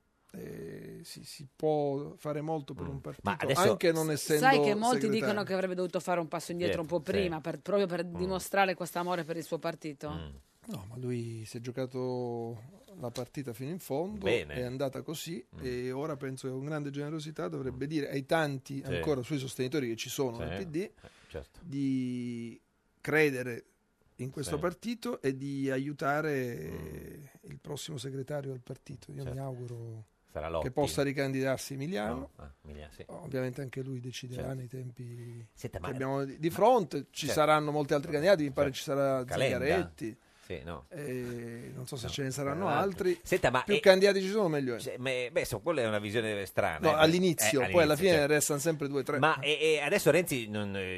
Si può fare molto per un partito, Ma adesso- anche non essendo Sai che molti segretario. dicono che avrebbe dovuto fare un passo indietro un po' Sì. prima, proprio per dimostrare questo amore per il suo partito? No, ma lui si è giocato la partita fino in fondo, Bene. è andata così e ora penso che con grande generosità dovrebbe dire ai tanti Sì. ancora suoi sostenitori che ci sono Sì. nel PD certo. di credere in questo Sì. partito e di aiutare il prossimo segretario del partito. Io mi Certo. auguro Sarà Lotti. che possa ricandidarsi Emiliano. Emiliano, sì. Ovviamente anche lui deciderà Certo. nei tempi Senta, che ma- abbiamo di fronte. Ci Certo. saranno molti altri candidati, mi pare ci sarà Calenda. Zingaretti. Sì, no. Non so se ce ne saranno saranno altri. Senta, ma più candidati ci sono, meglio è. Beh, insomma, quella è una visione strana. No, all'inizio, poi alla fine certo. restano sempre 2 o 3. Ma e adesso Renzi,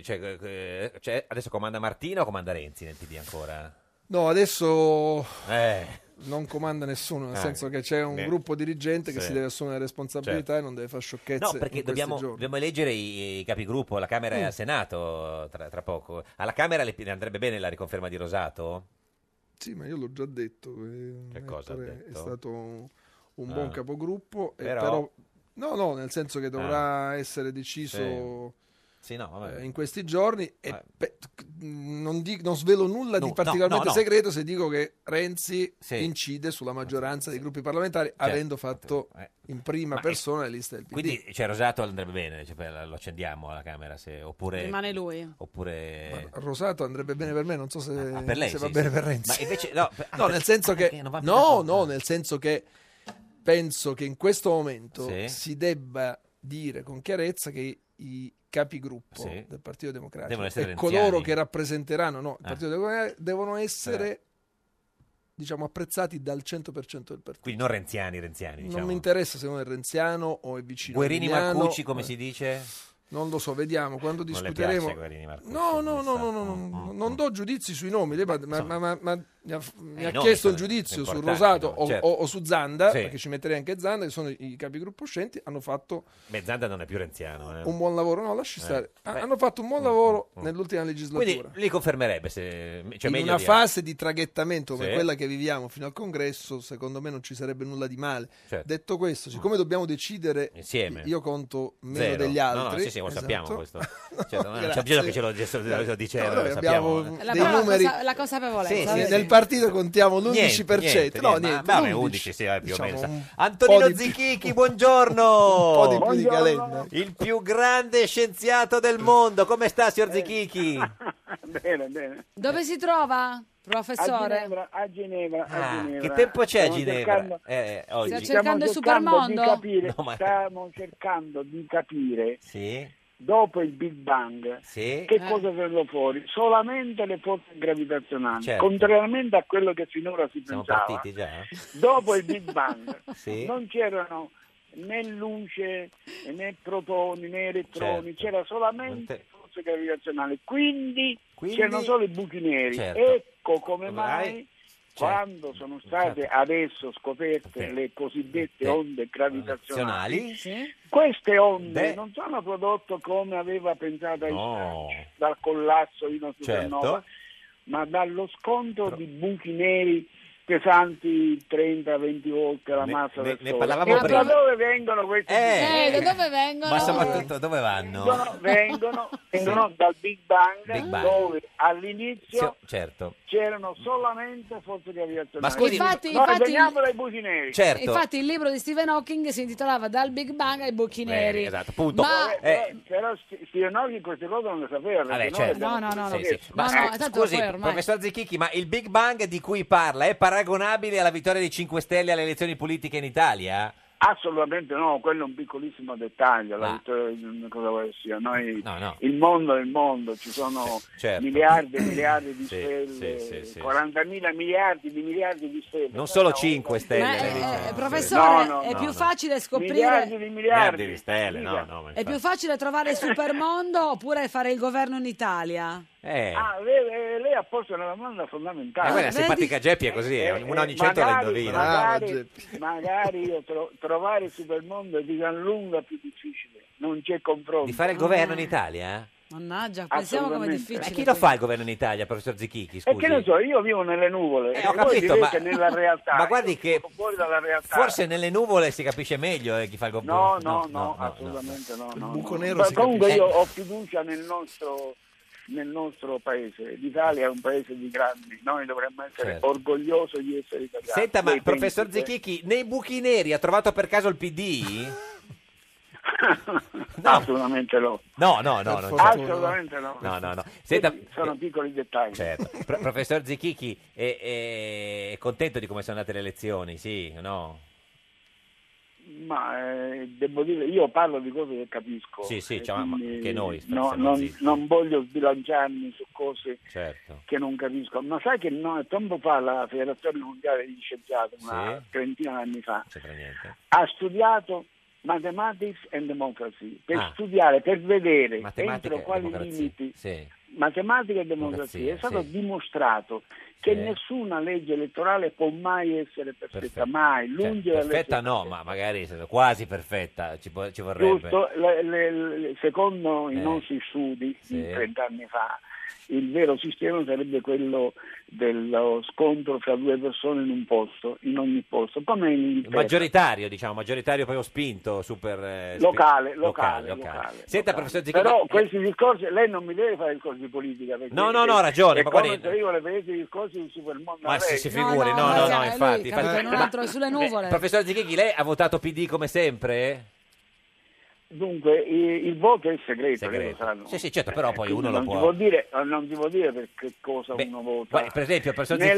adesso comanda Martina o comanda Renzi nel PD ancora? No, adesso Eh. non comanda nessuno, nel Ah, senso che c'è un ne- gruppo dirigente che sì. si deve assumere responsabilità Certo. e non deve fare sciocchezze. No, perché in questi giorni. dobbiamo eleggere i capigruppo alla Camera e al Senato tra poco. Alla Camera le andrebbe bene la riconferma di Rosato? Sì, ma io l'ho già detto. Che cosa ha Ettore detto? È stato un Ah. buon capogruppo, Però- no, nel senso che dovrà essere deciso Sì, no, vabbè. in questi giorni e non svelo nulla di particolarmente no. segreto se dico che Renzi Sì. incide sulla maggioranza dei gruppi parlamentari avendo fatto in prima Ma persona le liste del PD. Quindi Rosato andrebbe bene, lo accendiamo alla Camera, oppure... Rimane lui. Oppure... Rosato andrebbe bene per me, non so se, per lei, se va sì, bene sì. per Renzi. Ma invece no, No, nel senso che perché non va nel senso che penso che in questo momento Sì. si debba dire con chiarezza che i capigruppo Sì. del Partito Democratico Devono essere e renziani. coloro che rappresenteranno il Partito Democratico devono essere diciamo apprezzati dal 100% del partito. Quindi non renziani, diciamo. Non mi interessa se uno è renziano o è vicino Guerini a Emiliano. Marcucci, come si dice? Non lo so, vediamo quando Non le discuteremo. piace Guerini Marcucci? No, non do giudizi sui nomi. Lei ma mi ha i nomi chiesto un sono giudizio su importanti, Rosato no? Certo. o su Zanda, Sì. perché ci metterei anche Zanda, che sono i capigruppo uscenti, hanno fatto Beh, Zanda non è più renziano. un buon lavoro. No, lasci stare. Beh. Hanno fatto un buon lavoro nell'ultima legislatura. Quindi li confermerebbe, cioè in meglio una di- fase di traghettamento come Sì. quella che viviamo fino al congresso, secondo me non ci sarebbe nulla di male. Certo. Detto questo, siccome dobbiamo decidere Insieme. io conto meno Zero. degli altri. No, sì, lo esatto. sappiamo questo. Certo, non c'è Grazie. bisogno che ce lo dice, No, lo noi sappiamo. abbiamo La, dei però numeri. la consapevolezza. Sì, vedi? Nel partito contiamo l'11%. Niente, no, niente, niente. ma vabbè, 11 sì, più o meno. Antonino Zichichi, buongiorno! Un po' di più di Calenda. Il più grande scienziato del mondo. Come sta, signor Zichichi? Bene. Dove si trova, professore? A Ginevra. Che tempo c'è a Stiamo Ginevra? cercando- Oggi? Sta cercando il supermondo? Di capire, No, ma- Stiamo cercando di capire Sì? dopo il Big Bang, che cosa verrà fuori? Solamente le forze gravitazionali, Certo. contrariamente a quello che finora si Siamo pensava. partiti già? Dopo il Big Bang Sì. non c'erano né luce, né protoni, né elettroni, Certo. c'era solamente forze gravitazionali, quindi c'erano solo i buchi neri. Certo. Ecco come mai Certo. quando sono state adesso scoperte le cosiddette onde gravitazionali, queste onde non sono prodotte come aveva pensato Einstein, dal collasso di una supernova, ma dallo scontro di buchi neri pesanti 30-20 volte la massa del ne Sole. parlavamo E prima. da dove vengono questi buchi? Da dove vengono? Ma soprattutto dove vanno? Vengono dal Big Bang, Big Bang. dove all'inizio Certo. c'erano solamente forze gravitazionali. Ma scusi, Noi veniamo dai buchi neri. Certo. Infatti il libro di Stephen Hawking si intitolava Dal Big Bang ai buchi neri. Esatto, punto. Ma Però Stephen Hawking queste cose non le sapeva. Vabbè, perché certo. noi No, abbiamo no, Sì, sì. Ma tanto scusi, poi ormai. professor Zichichi, ma il Big Bang di cui parla è paragonabile alla vittoria dei 5 Stelle alle elezioni politiche in Italia? Assolutamente no, quello è un piccolissimo dettaglio, cosa vuoi sia. Noi, il mondo è il mondo, ci sono Certo. miliardi e miliardi di stelle, sì. 40.000 miliardi di stelle. Non solo 5 Stelle. Ma, lei dice. professore, No, è no, più no. facile scoprire Miliardi di miliardi. Di stelle, no, ma è più facile trovare il supermondo oppure fare il governo in Italia? Lei ha posto una domanda fondamentale. Quella simpatica Geppi è così, una ogni 100 la indovina. Magari io trovare il supermondo è di gran lunga più difficile, non c'è confronto. Di fare il governo in Italia? Mannaggia, pensiamo come è difficile. E chi lo fa il governo in Italia, professor Zichichi? Scusi. E che ne so, io vivo nelle nuvole, ho voi capito, vivete nella realtà. ma guardi che fuori dalla realtà. forse nelle nuvole si capisce meglio chi fa il governo. No, assolutamente no. buco nero Ma si comunque capisce. io ho fiducia nel nostro paese. L'Italia è un paese di grandi, noi dovremmo essere orgogliosi di essere italiani. Senta, ma Voi professor pensate? Zichichi, nei buchi neri ha trovato per caso il PD? Assolutamente no. No. Assolutamente no. No. Senta, sono piccoli dettagli. certo. Professor Zichichi, è contento di come sono andate le elezioni, sì o no? Ma devo dire, io parlo di cose che capisco. Sì, e cioè, ma quindi che noi non voglio sbilanciarmi su cose certo. che non capisco. Ma sai che tempo fa la Federazione Mondiale di Scienziati, una trentina di anni fa, c'entra niente. ha studiato Mathematics and Democracy per studiare, per vedere entro quali limiti matematica e democrazia. È stato dimostrato che nessuna legge elettorale può mai essere perfetta, mai, lungi perfetta no, ma magari quasi perfetta ci vorrebbe. Giusto, secondo i nostri studi di 30 anni fa, il vero sistema sarebbe quello dello scontro fra due persone in un posto, in ogni posto, come in Inghilterra. Maggioritario poi ho spinto, super locale. Senta, professor Zichichi, però questi discorsi, lei non mi deve fare discorsi di politica, perché no, ha ragione, è ma come guardi, se io le facessi discorsi di supermondo. ma si figuri, no, infatti. Sulle nuvole. Professor Zichichi, lei ha votato PD come sempre? Dunque, il voto è segreto. Lei lo sanno. Sì, certo, però poi uno lo non può. Non si può dire per che cosa uno vota. Per esempio,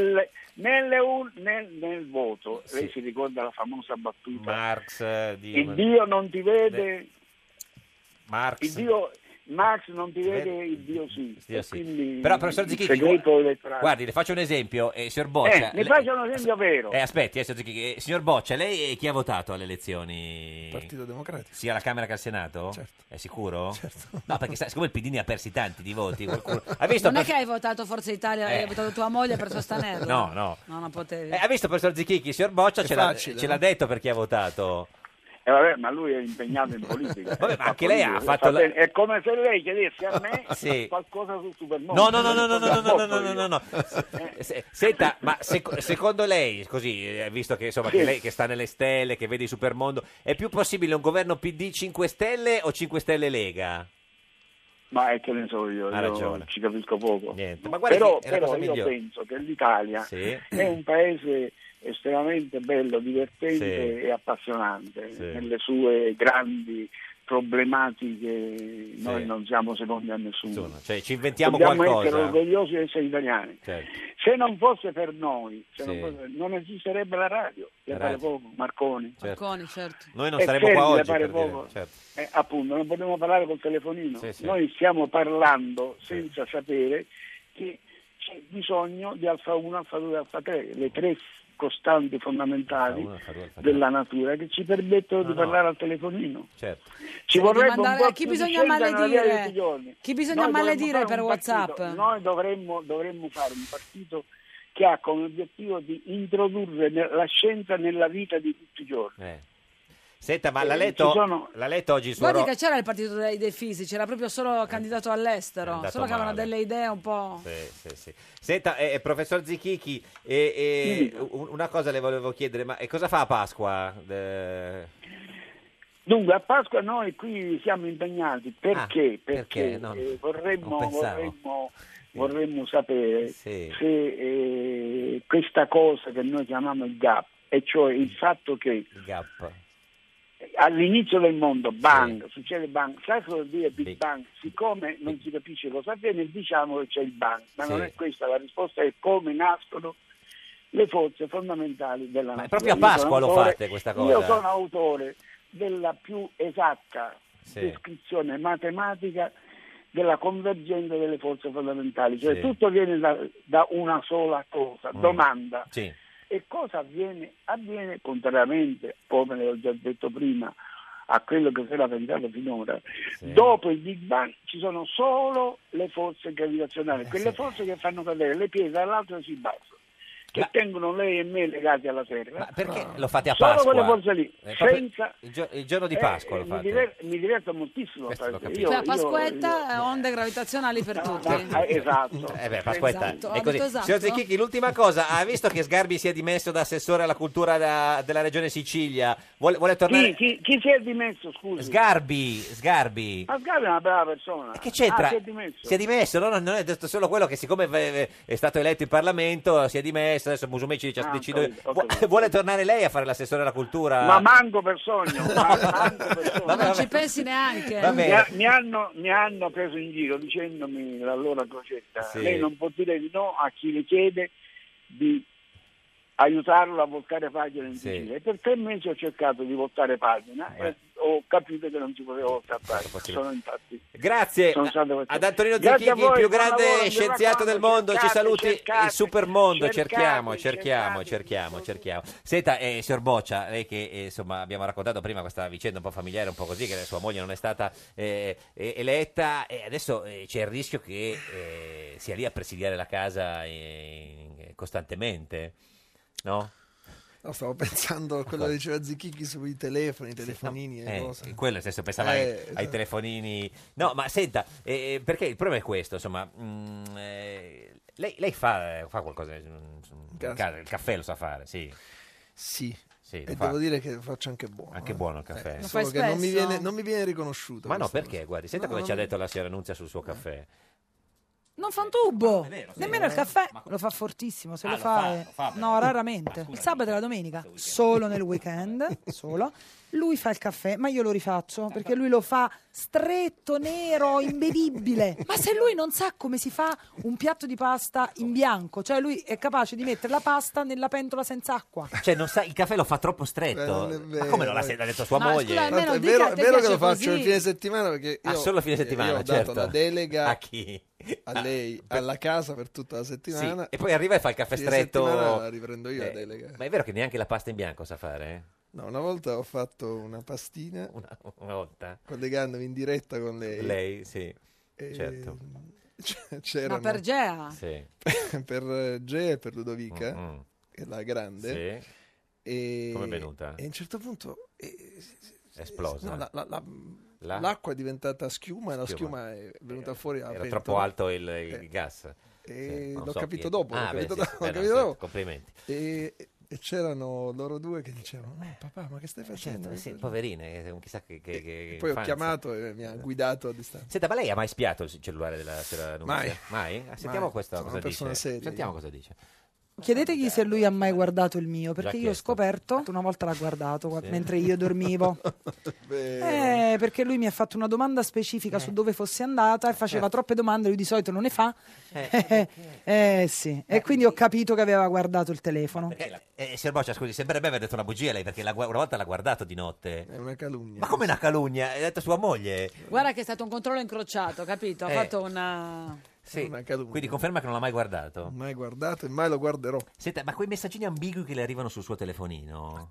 nel voto, lei si ricorda la famosa battuta Marx, il Dio non ti vede, Marx non ti vede, il Dio sì. Però professor Zichichi, guardi, le faccio un esempio, signor Boccia. Ne faccio un esempio vero. Aspetti, signor Zichichi, signor Boccia, lei chi ha votato alle elezioni? Partito Democratico. Sia alla Camera che al Senato? Certo. È sicuro? Certo. No, perché siccome il PD ne ha persi tanti di voti, qualcuno... Non è che hai votato Forza Italia e hai votato tua moglie per sostenerla? No. Non potevi. Ha visto, professor Zichichi, signor Boccia ce l'ha detto per chi ha votato. Vabbè, ma lui è impegnato in politica. Vabbè, ma anche lei ha fatto è come se lei chiedesse a me qualcosa sul supermondo. No. Senta, ma secondo lei, così, visto che insomma che lei che sta nelle stelle, che vede il supermondo, è più possibile un governo PD 5 Stelle o 5 Stelle Lega? Ma è che ne so io ci capisco poco. Niente. Ma però io migliore. Penso che l'Italia è un paese estremamente bello, divertente e appassionante nelle sue grandi problematiche noi non siamo secondi a nessuno. Cioè, ci inventiamo Dobbiamo qualcosa. essere orgogliosi di essere italiani. Certo. Se non fosse per noi, Sì. non esisterebbe la radio. Le pare poco, Marconi. Marconi, certo. Noi non E saremmo Fermi, qua le oggi. pare Per dire, poco. certo. Appunto, non possiamo parlare col telefonino. Sì. Noi stiamo parlando senza sapere che c'è bisogno di alfa 1, alfa 2 e alfa 3, le tre costanti fondamentali della natura che ci permettono di parlare al telefonino. Certo. Ci vorrebbe un po' chi più bisogna di scienza nella vita di tutti i maledire? giorni. Chi bisogna Noi maledire dovremmo per fare un WhatsApp? partito. Noi dovremmo fare un partito che ha come obiettivo di introdurre la scienza nella vita di tutti i giorni. Senta, ma l'ha letto, ci sono- l'ha letto oggi su Guardi che c'era il partito dei fisici, era proprio solo candidato all'estero, andato solo che avevano male. delle idee un po'... Sì. Senta, professor Zichichi, una cosa le volevo chiedere, ma cosa fa a Pasqua? Dunque, a Pasqua noi qui siamo impegnati perché? perché? No, non vorremmo sapere Sì. se questa cosa che noi chiamiamo il gap, e cioè il fatto che Il gap. all'inizio del mondo, bang, succede bang, sai cosa vuol dire Big Bang? Siccome non si capisce cosa avviene, diciamo che c'è il bang, ma non è questa la risposta, è come nascono le forze fondamentali della natura. proprio a Pasqua lo fate questa cosa? Io sono autore della più esatta Sì. descrizione matematica della convergenza delle forze fondamentali, cioè Sì. tutto viene da una sola cosa, domanda. Sì. E cosa avviene? Avviene, contrariamente, come le ho già detto prima, a quello che si era pensato finora, dopo il Big Bang ci sono solo le forze gravitazionali, quelle forze che fanno cadere le pietre dall'alto e si basano, che tengono lei e me legati alla Terra. Ma perché lo fate a Solo Pasqua? quelle forze lì, Proprio senza... il giorno di Pasqua lo fate? Mi diverto moltissimo. Questo l'ho capito. Io- Cioè, a io- Pasquetta, onde gravitazionali per tutti. Esatto. Pasquetta, Esatto, è così. esatto. Signor Zecchichi, l'ultima cosa, ha visto che Sgarbi si è dimesso da assessore alla cultura della regione Sicilia? Vuole tornare? Chi si è dimesso, scusi? Sgarbi. Ma Sgarbi è una brava persona. Che c'entra? Si è dimesso. Si è dimesso, non è detto solo quello che siccome è stato eletto in Parlamento si è dimesso, adesso Musumeci dice decido. ho capito. Vuole tornare lei a fare l'assessore alla cultura? Ma manco per sogno, manco per sogno. Non ci pensi neanche. Mi hanno preso in giro dicendomi l'allora Crocetta, Sì. lei non può dire di no a chi le chiede di aiutarlo a voltare pagina in Sicilia. E per 3 mesi ho cercato di voltare pagina e ho capito che non si poteva voltare pagina. Sono infatti Grazie ad Antonino Zecchichi, Grazie a voi, il più buon grande lavoro, mi scienziato del raccomando, mondo. Ci cercate, saluti cercate, il supermondo. cercate, Cerchiamo. Senta, signor Boccia, lei che insomma abbiamo raccontato prima questa vicenda un po' familiare, un po' così, che sua moglie non è stata eletta e adesso c'è il rischio che sia lì a presidiare la casa costantemente, no? No, stavo pensando a quello che diceva Zicchichi sui telefoni, i telefonini e cose. Quello stesso pensava ai telefonini. No, ma senta, perché il problema è questo, insomma, lei fa qualcosa in casa, il caffè lo sa fare, sì. Sì. Sì, E fa. devo dire che lo faccio anche buono. Anche buono il caffè. Lo Solo fai che spesso? non mi viene riconosciuto. Ma no, questa perché? cosa. Guardi, senta No, come ci ha non- detto la signora Nunzia sul suo caffè. Non fa un tubo, nemmeno il caffè lo fa fortissimo, se lo fa, no, raramente. Il sabato e la domenica, solo nel weekend, solo. Lui fa il caffè, ma io lo rifaccio perché lui lo fa stretto, nero, imbevibile. Ma se lui non sa come si fa un piatto di pasta in bianco, cioè lui è capace di mettere la pasta nella pentola senza acqua. Cioè, non sa, il caffè lo fa troppo stretto. non è Ma vero. come non l'ha detto sua Ma moglie? scusa, almeno Tanto è dica, vero, a è te vero che piace lo faccio così? il fine settimana perché io, solo fine settimana, io ho certo. dato la delega A chi? a lei, alla casa per tutta la settimana. Sì, e poi arriva e fa il caffè Fine stretto. settimana la riprendo io la delega. Ma è vero che neanche la pasta in bianco sa fare? No, una volta ho fatto una pastina Una volta? collegandomi in diretta con lei. Lei, sì, E certo. C'erano Ma per Gea? Sì. per Ge e per Ludovica, Mm. che è la grande. Sì. E, Come è venuta? E a un certo punto È esplosa. no, La- l'acqua è diventata schiuma e la Schiuma. schiuma è venuta fuori alla Era pentola. troppo alto il gas. E Sì, non l'ho so capito chi- dopo. Ah, l'ho beh, capito sì, dopo, beh, l'ho no, capito certo, dopo. complimenti. E c'erano loro due che dicevano: no, papà, ma che stai facendo? Certo, sì, poverine, chissà che E poi ho infanzia. chiamato e mi ha guidato a distanza. Senta, ma lei ha mai spiato il cellulare della signora Nunzia? Mai. Mai? Sentiamo Mai. questo Sono cosa una persona dice. seria, Sentiamo io. cosa dice. Chiedetegli se lui ha mai guardato il mio, perché io ho chiesto. scoperto una volta l'ha guardato mentre io dormivo. Perché lui mi ha fatto una domanda specifica su dove fossi andata e faceva troppe domande, lui di solito non ne fa. Sì. E quindi ho capito che aveva guardato il telefono. Signor Boccia, scusi, sembrerebbe aver detto una bugia lei, perché una volta l'ha guardato di notte. È una calunnia. Ma come una calunnia? Hai detto sua moglie? Guarda che è stato un controllo incrociato, capito? Ha fatto una... Sì. Una calunnia. Quindi conferma che non l'ha mai guardato? Mai guardato e mai lo guarderò. Senta, ma quei messaggini ambigui che le arrivano sul suo telefonino?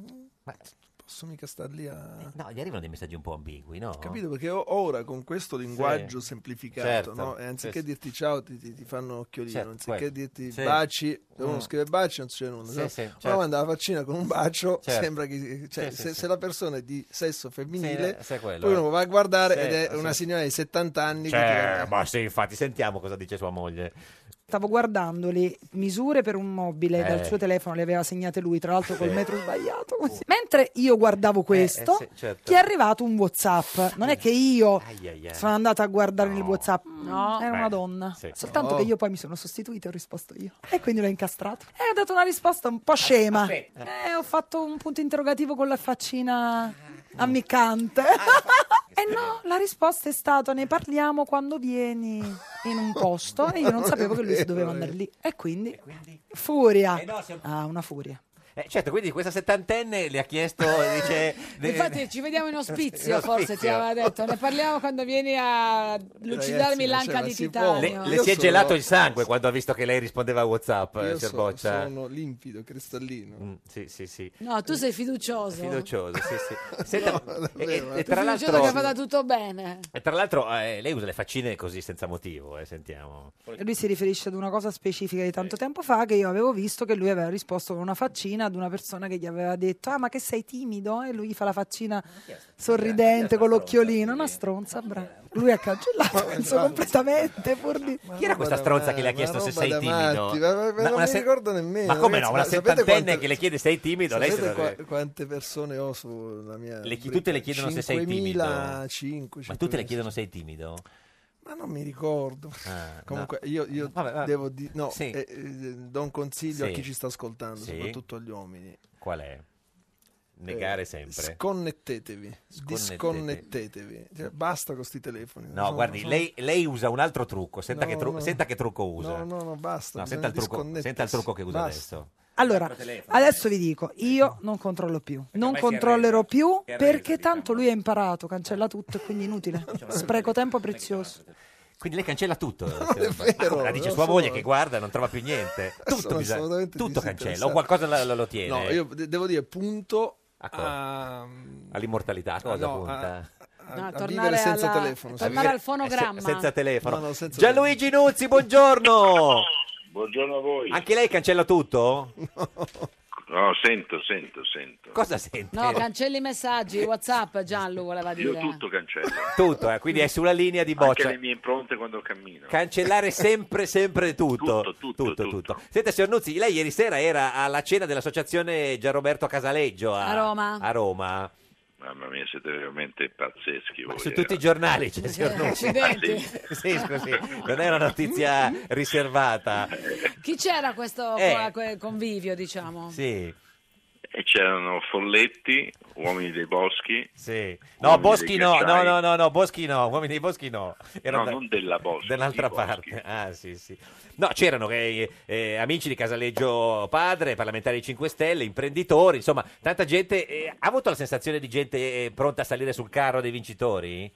Ma posso mica star lì a... No, gli arrivano dei messaggi un po' ambigui, no? Capito? Perché ora con questo linguaggio semplificato, certo. no? E anziché dirti ciao ti fanno occhiolino, Certo, anziché quello. dirti Sì. baci, uno scrive baci non succede nulla. Sì, no? sì, Però certo. manda la faccina con un bacio, Certo. sembra che... Cioè, Sì, sì, se la persona è di sesso femminile, Sì, quello, poi uno va a guardare Sì, ed è sì. una signora di 70 anni che ti guarda. Ma sì, infatti, sentiamo cosa dice sua moglie. Stavo guardando le misure per un mobile dal suo telefono, le aveva segnate lui, tra l'altro col metro sbagliato. Così. Mentre io guardavo questo, sì, certo. gli è arrivato un WhatsApp. Non è che io Ai. sono andata a guardare nel WhatsApp, no, era una donna. sì. Soltanto No. che io poi mi sono sostituita e ho risposto io. E quindi l'ho incastrato. E ho dato una risposta un po' scema. Ho fatto un punto interrogativo con la faccina ammiccante. E no, la risposta è stata: ne parliamo quando vieni in un posto. E io non sapevo che lui si doveva andare lì. E quindi furia. Una furia. Certo, quindi questa settantenne le ha chiesto, dice... Infatti ci vediamo in ospizio, In forse ospizio. ti aveva detto. Ne parliamo quando vieni a lucidarmi Ragazzi, l'anca ma di si può? titanio. Le si è gelato il sangue quando ha visto che lei rispondeva a WhatsApp, Io signor Boccia. sono limpido, cristallino. Sì. No, tu sei fiducioso. Fiducioso, sì. Senta, davvero, e Tu tra fiducioso l'altro... che fa da tutto bene. E tra l'altro lei usa le faccine così senza motivo, sentiamo. E lui si riferisce ad una cosa specifica di tanto tempo fa, che io avevo visto che lui aveva risposto con una faccina ad una persona che gli aveva detto: ah, ma che sei timido? E lui gli fa la faccina sorridente con l'occhiolino, una stronza, bravo. Lui ha cancellato, penso completamente, pur di... Chi era questa stronza che le ha chiesto se sei timido? Non mi ricordo nemmeno. Ma come no? Una ragazzi, ma sapete settantenne quante- che le chiede sei timido, lei se Sapete lo... quante persone ho sulla mia... Tutte le chiedono se sei timido. 5.000, Ma tutte le chiedono sei timido? Ma non mi ricordo. Comunque io Vabbè. devo dire... No, Sì. do un consiglio a Sì. chi ci sta ascoltando, Sì. soprattutto agli uomini. Qual è? Negare sempre. Sconnettetevi. Disconnettetevi. Cioè, basta con sti telefoni. No, guardi, lei usa un altro trucco. Senta, No. senta che trucco usa. No, basta. No, bisogna disconnettersi. senta il trucco che usa Basta. adesso. Allora, adesso vi dico, io non controllo più, non ormai si controllerò più Si è perché arresa, tanto lui ha imparato, cancella tutto e quindi inutile, spreco tempo prezioso. Quindi lei cancella tutto. vero, Ma come la dice non sua sono- moglie che guarda, non trova più niente. Tutto, Sono assolutamente tutto cancella. disinteressato. O qualcosa lo tiene. No, io devo dire punto A cosa? All'immortalità, a cosa no, punta? No, a tornare vivere senza alla- telefono. tornare al fonogramma. Senza telefono. No, senza Gianluigi Nuzzi, buongiorno. Buongiorno a voi. Anche lei cancella tutto? No, sento. Cosa sente? No, cancelli i messaggi, WhatsApp, Gianlu voleva Io dire. tutto cancello. Tutto, quindi è sulla linea di Anche Boccia. le mie impronte quando cammino. Cancellare sempre tutto. Tutto. Senta, signor Nuzzi, lei ieri sera era alla cena dell'associazione Gianroberto Casaleggio A Roma. A Roma. Mamma mia, siete veramente pazzeschi voi. Su tutti i giornali c'è il signor Nuzzi. Accidenti. Sì, scusi, non è una notizia riservata. Chi c'era a questo convivio, diciamo? Sì. E c'erano Folletti, uomini dei boschi. Sì. No, uomini Boschi dei no, ghiacciai. no, Boschi no, uomini dei Boschi no. No, non della Boschi. Dell'altra di Boschi. parte. Ah, sì. No, c'erano amici di Casaleggio padre, parlamentari di 5 Stelle, imprenditori, insomma, tanta gente. Ha avuto la sensazione di gente pronta a salire sul carro dei vincitori?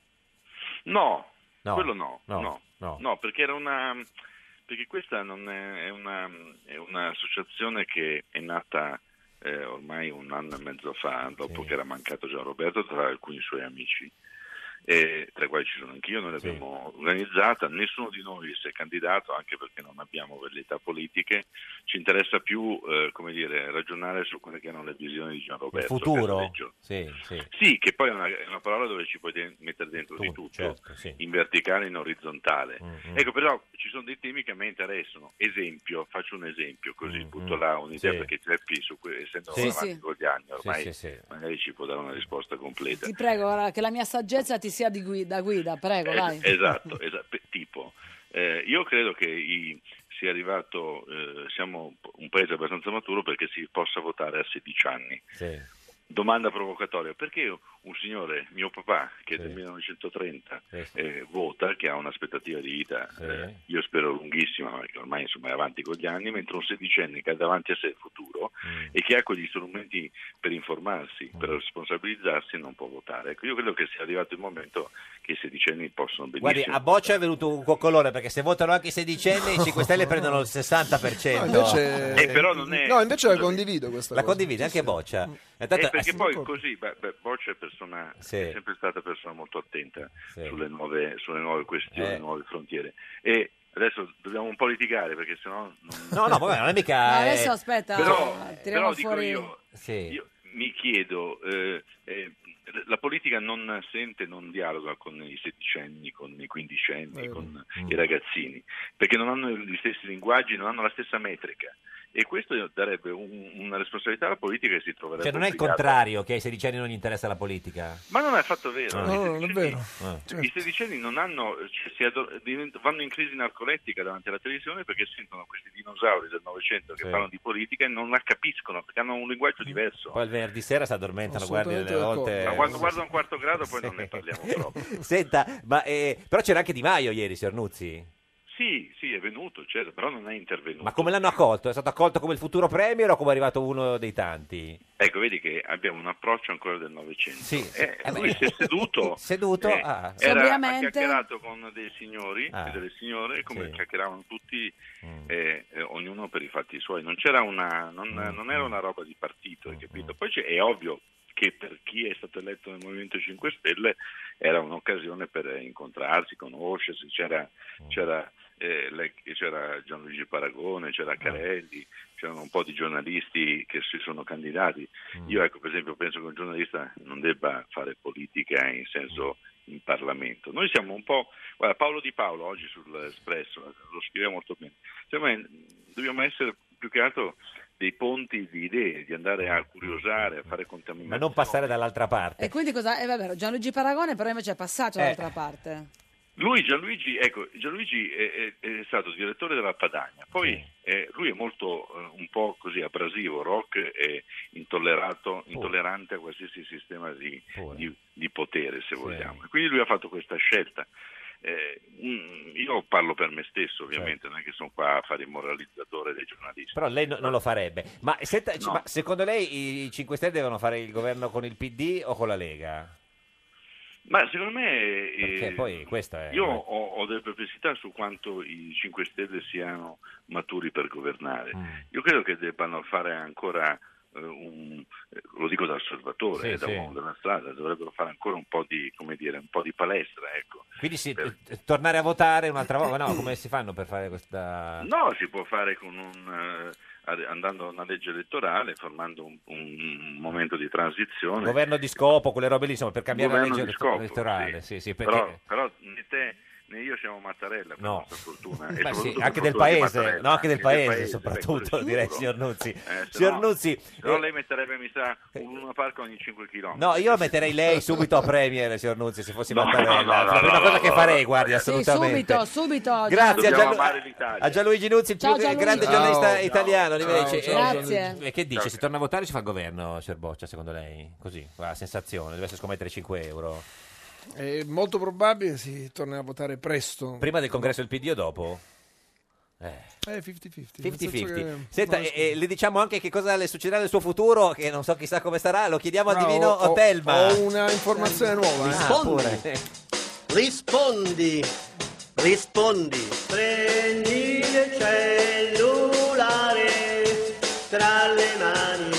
No, No, quello no, no. no, perché era perché questa non è un'associazione che è nata ormai un anno e mezzo fa, dopo che era mancato Gianroberto tra alcuni suoi amici, tra i quali ci sono anch'io. Noi l'abbiamo organizzata, nessuno di noi si è candidato, anche perché non abbiamo velleità politiche, ci interessa più ragionare su quelle che erano le visioni di Il Gianroberto futuro? Casaleggio. Sì. Sì, che poi è una parola dove ci puoi mettere dentro di tutto, certo, sì. in verticale e in orizzontale. Ecco, però ci sono dei temi che a me interessano. Faccio un esempio, così butto là un'idea, Sì. perché Geppi, essendo Sì, avanti sì. con gli anni, ormai sì. magari ci può dare una risposta completa. Ti prego, ora, che la mia saggezza ti sia da guida, prego, vai. Esatto, tipo. Io credo che sia arrivato, siamo un paese abbastanza maturo perché si possa votare a 16 anni. Sì. Domanda provocatoria: perché un signore, mio papà, che è del 1930, vota, che ha un'aspettativa di vita, io spero lunghissima, perché ormai insomma è avanti con gli anni, mentre un sedicenne che ha davanti a sé il futuro e che ha quegli strumenti per informarsi, per responsabilizzarsi, non può votare. Ecco, io credo che sia arrivato il momento che i sedicenni possono benissimo. Guardi, a Boccia è venuto un coccolone, perché se votano anche i sedicenni, i 5 Stelle prendono il 60%. No, invece, però non è... no, invece la condivido questa La cosa. condivide anche Boccia? Perché poi così, Boccia è sempre stata persona molto attenta sulle nuove questioni, le nuove frontiere. E adesso dobbiamo un po' litigare, perché sennò... No, vabbè, non è mica... No, adesso aspetta, però dico fuori... io mi chiedo... la politica non sente, non dialoga con i sedicenni, con i quindicenni, con i ragazzini, perché non hanno gli stessi linguaggi, non hanno la stessa metrica. E questo darebbe una responsabilità alla politica che si troverebbe. Cioè non è il contrario, che ai sedicenni non gli interessa la politica? Ma non è affatto vero. No, non è vero. I sedicenni non hanno, vanno in crisi narcolettica davanti alla televisione perché sentono questi dinosauri del Novecento che parlano di politica e non la capiscono perché hanno un linguaggio diverso. Poi il venerdì sera si addormentano, guardi, delle volte. Ma quando guarda un quarto grado poi non ne parliamo proprio. Senta, ma però c'era anche Di Maio ieri, signor Nuzzi? Sì, è venuto, certo, però non è intervenuto. Ma come l'hanno accolto? È stato accolto come il futuro premier o come è arrivato uno dei tanti? Ecco, vedi che abbiamo un approccio ancora del Novecento. Sì. Lui si è seduto, ha chiacchierato con dei signori e delle signore, come chiacchieravano tutti, ognuno per i fatti suoi. Non era una roba di partito, hai capito? Poi è ovvio che per chi è stato eletto nel Movimento 5 Stelle era un'occasione per incontrarsi, conoscersi, c'era Gianluigi Paragone, c'era Carelli, c'erano un po' di giornalisti che si sono candidati. Io ecco, per esempio, penso che un giornalista non debba fare politica in senso in Parlamento. Noi siamo un po'... Guarda, Paolo Di Paolo oggi sull'Espresso lo scrive molto bene. Cioè, dobbiamo essere più che altro dei ponti di idee, di andare a curiosare, a fare contaminazione. Ma non passare dall'altra parte. E quindi cosa? Vabbè, Gianluigi Paragone però invece è passato dall'altra parte. Gianluigi è stato direttore della Padania, poi lui è molto un po' così abrasivo, rock e intollerante a qualsiasi sistema di potere, se vogliamo. E quindi lui ha fatto questa scelta. Io parlo per me stesso, ovviamente, non è che sono qua a fare il moralizzatore dei giornalisti. Però lei non lo farebbe. Ma secondo lei i 5 Stelle devono fare il governo con il PD o con la Lega? Ma secondo me perché poi questa è... io ho delle perplessità su quanto i 5 Stelle siano maturi per governare. Io credo che debbano fare ancora lo dico da osservatore, da uomo della strada, dovrebbero fare ancora un po' di, come dire, un po' di palestra, ecco. Quindi tornare a votare un'altra volta? No, come si fanno per fare questa... No, si può fare con andando a una legge elettorale, formando un momento di transizione. Governo di scopo, quelle robe lì, insomma, per cambiare la legge elettorale. Sì, perché... però né te né io siamo Mattarella, per nostra fortuna. Anche del paese, anche del paese soprattutto, direi, signor Nuzzi. Signor Nuzzi, però lei metterebbe, mi sa, un Luna Park ogni 5 km. No, io metterei lei subito a premier, signor Nuzzi, se fossi Mattarella. La prima cosa che farei, guardi, assolutamente. Subito. Grazie a Gianluigi Nuzzi, il più grande giornalista italiano. Grazie. E che dice? Si torna a votare o si fa il governo, signor Boccia, secondo lei? Così, la sensazione, dovesse scommettere 5 euro. È molto probabile si tornerà a votare presto. Prima del congresso del PD o dopo? 50-50. 50-50. Senta, le diciamo anche che cosa le succederà nel suo futuro, che non so chissà come sarà, lo chiediamo al divino Otelma. Ho una informazione nuova. Rispondi. Prendi il cellulare tra le mani.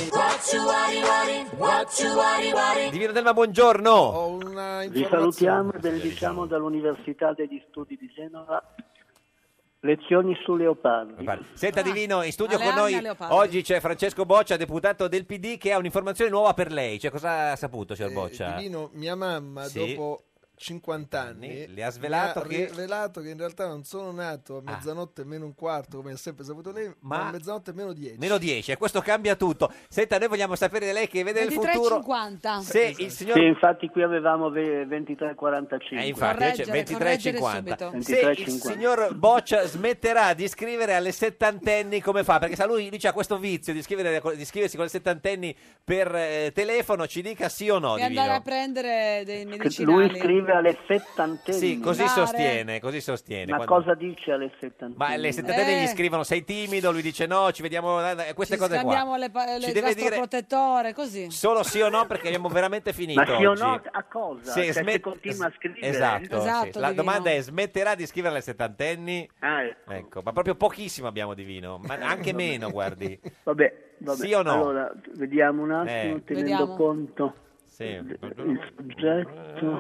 Divino Otelma, buongiorno. Ho una Vi salutiamo e benediciamo dall'Università degli Studi di Genova. Lezioni su Leopardi. Senta Divino, in studio con noi oggi c'è Francesco Boccia, deputato del PD, che ha un'informazione nuova per lei. Cioè, cosa ha saputo, signor Boccia? Divino, mia mamma dopo 50 anni le ha svelato che in realtà non sono nato a mezzanotte meno un quarto, come ha sempre saputo lei, ma a mezzanotte meno 10. Meno 10, e questo cambia tutto. Senta, noi vogliamo sapere da lei che vede nel futuro 23,50. se il signor... Sì, infatti qui avevamo 23,45. Infatti, 23,50. Se il 23,50. signor Boccia smetterà di scrivere alle settantenni, come fa? Perché sa, lui ha questo vizio di scriversi con le settantenni per telefono, ci dica sì o no, E Divino. andare a prendere dei medicinali. Lui scrive alle settantenni. Sì, così sostiene. Ma cosa dice alle settantenni? Ma le settantenni gli scrivono sei timido, lui dice no, ci vediamo, queste cose qua. Scambiamo le gastroprotettore, così. Solo sì o no, perché abbiamo veramente finito Ma sì o oggi. no a cosa? Se Se continua a scrivere? Esatto, sì. La Divino. domanda è: smetterà di scrivere alle settantenni? Ecco. Ma proprio pochissimo abbiamo Divino, ma anche meno, guardi. Vabbè. Sì o no? Allora, vediamo un attimo, tenendo conto. Sì. Il soggetto.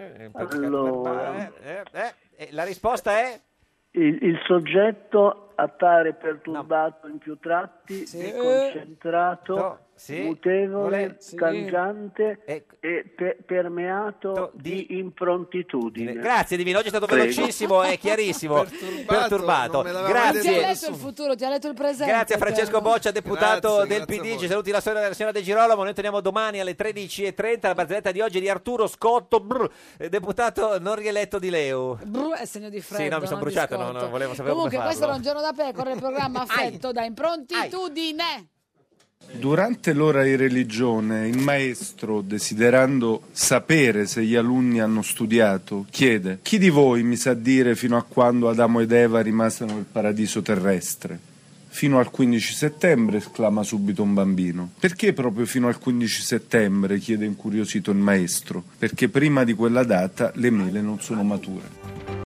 Allora. La risposta è? Il soggetto appare perturbato in più tratti, deconcentrato, mutevole, cangiante e permeato di improntitudine. Grazie Divino, oggi è stato velocissimo e chiarissimo. Perturbato. Grazie. Ti ha letto il futuro, ti ha letto il presente. Grazie a Francesco Boccia, deputato del PD. Ci saluti la signora De Girolamo. Noi torniamo domani alle 13:30. La barzelletta di oggi è di Arturo Scotto, deputato non rieletto di Leu. È segno di freddo. Sì, no, mi sono bruciato, non volevo sapere Comunque, come questo farlo. era Un giorno da pecora, il programma affetto da improntitudine. Durante l'ora di religione, il maestro, desiderando sapere se gli alunni hanno studiato, chiede: chi di voi mi sa dire fino a quando Adamo ed Eva rimasero nel paradiso terrestre? Fino al 15 settembre, esclama subito un bambino. Perché proprio fino al 15 settembre? Chiede incuriosito il maestro. Perché prima di quella data le mele non sono mature.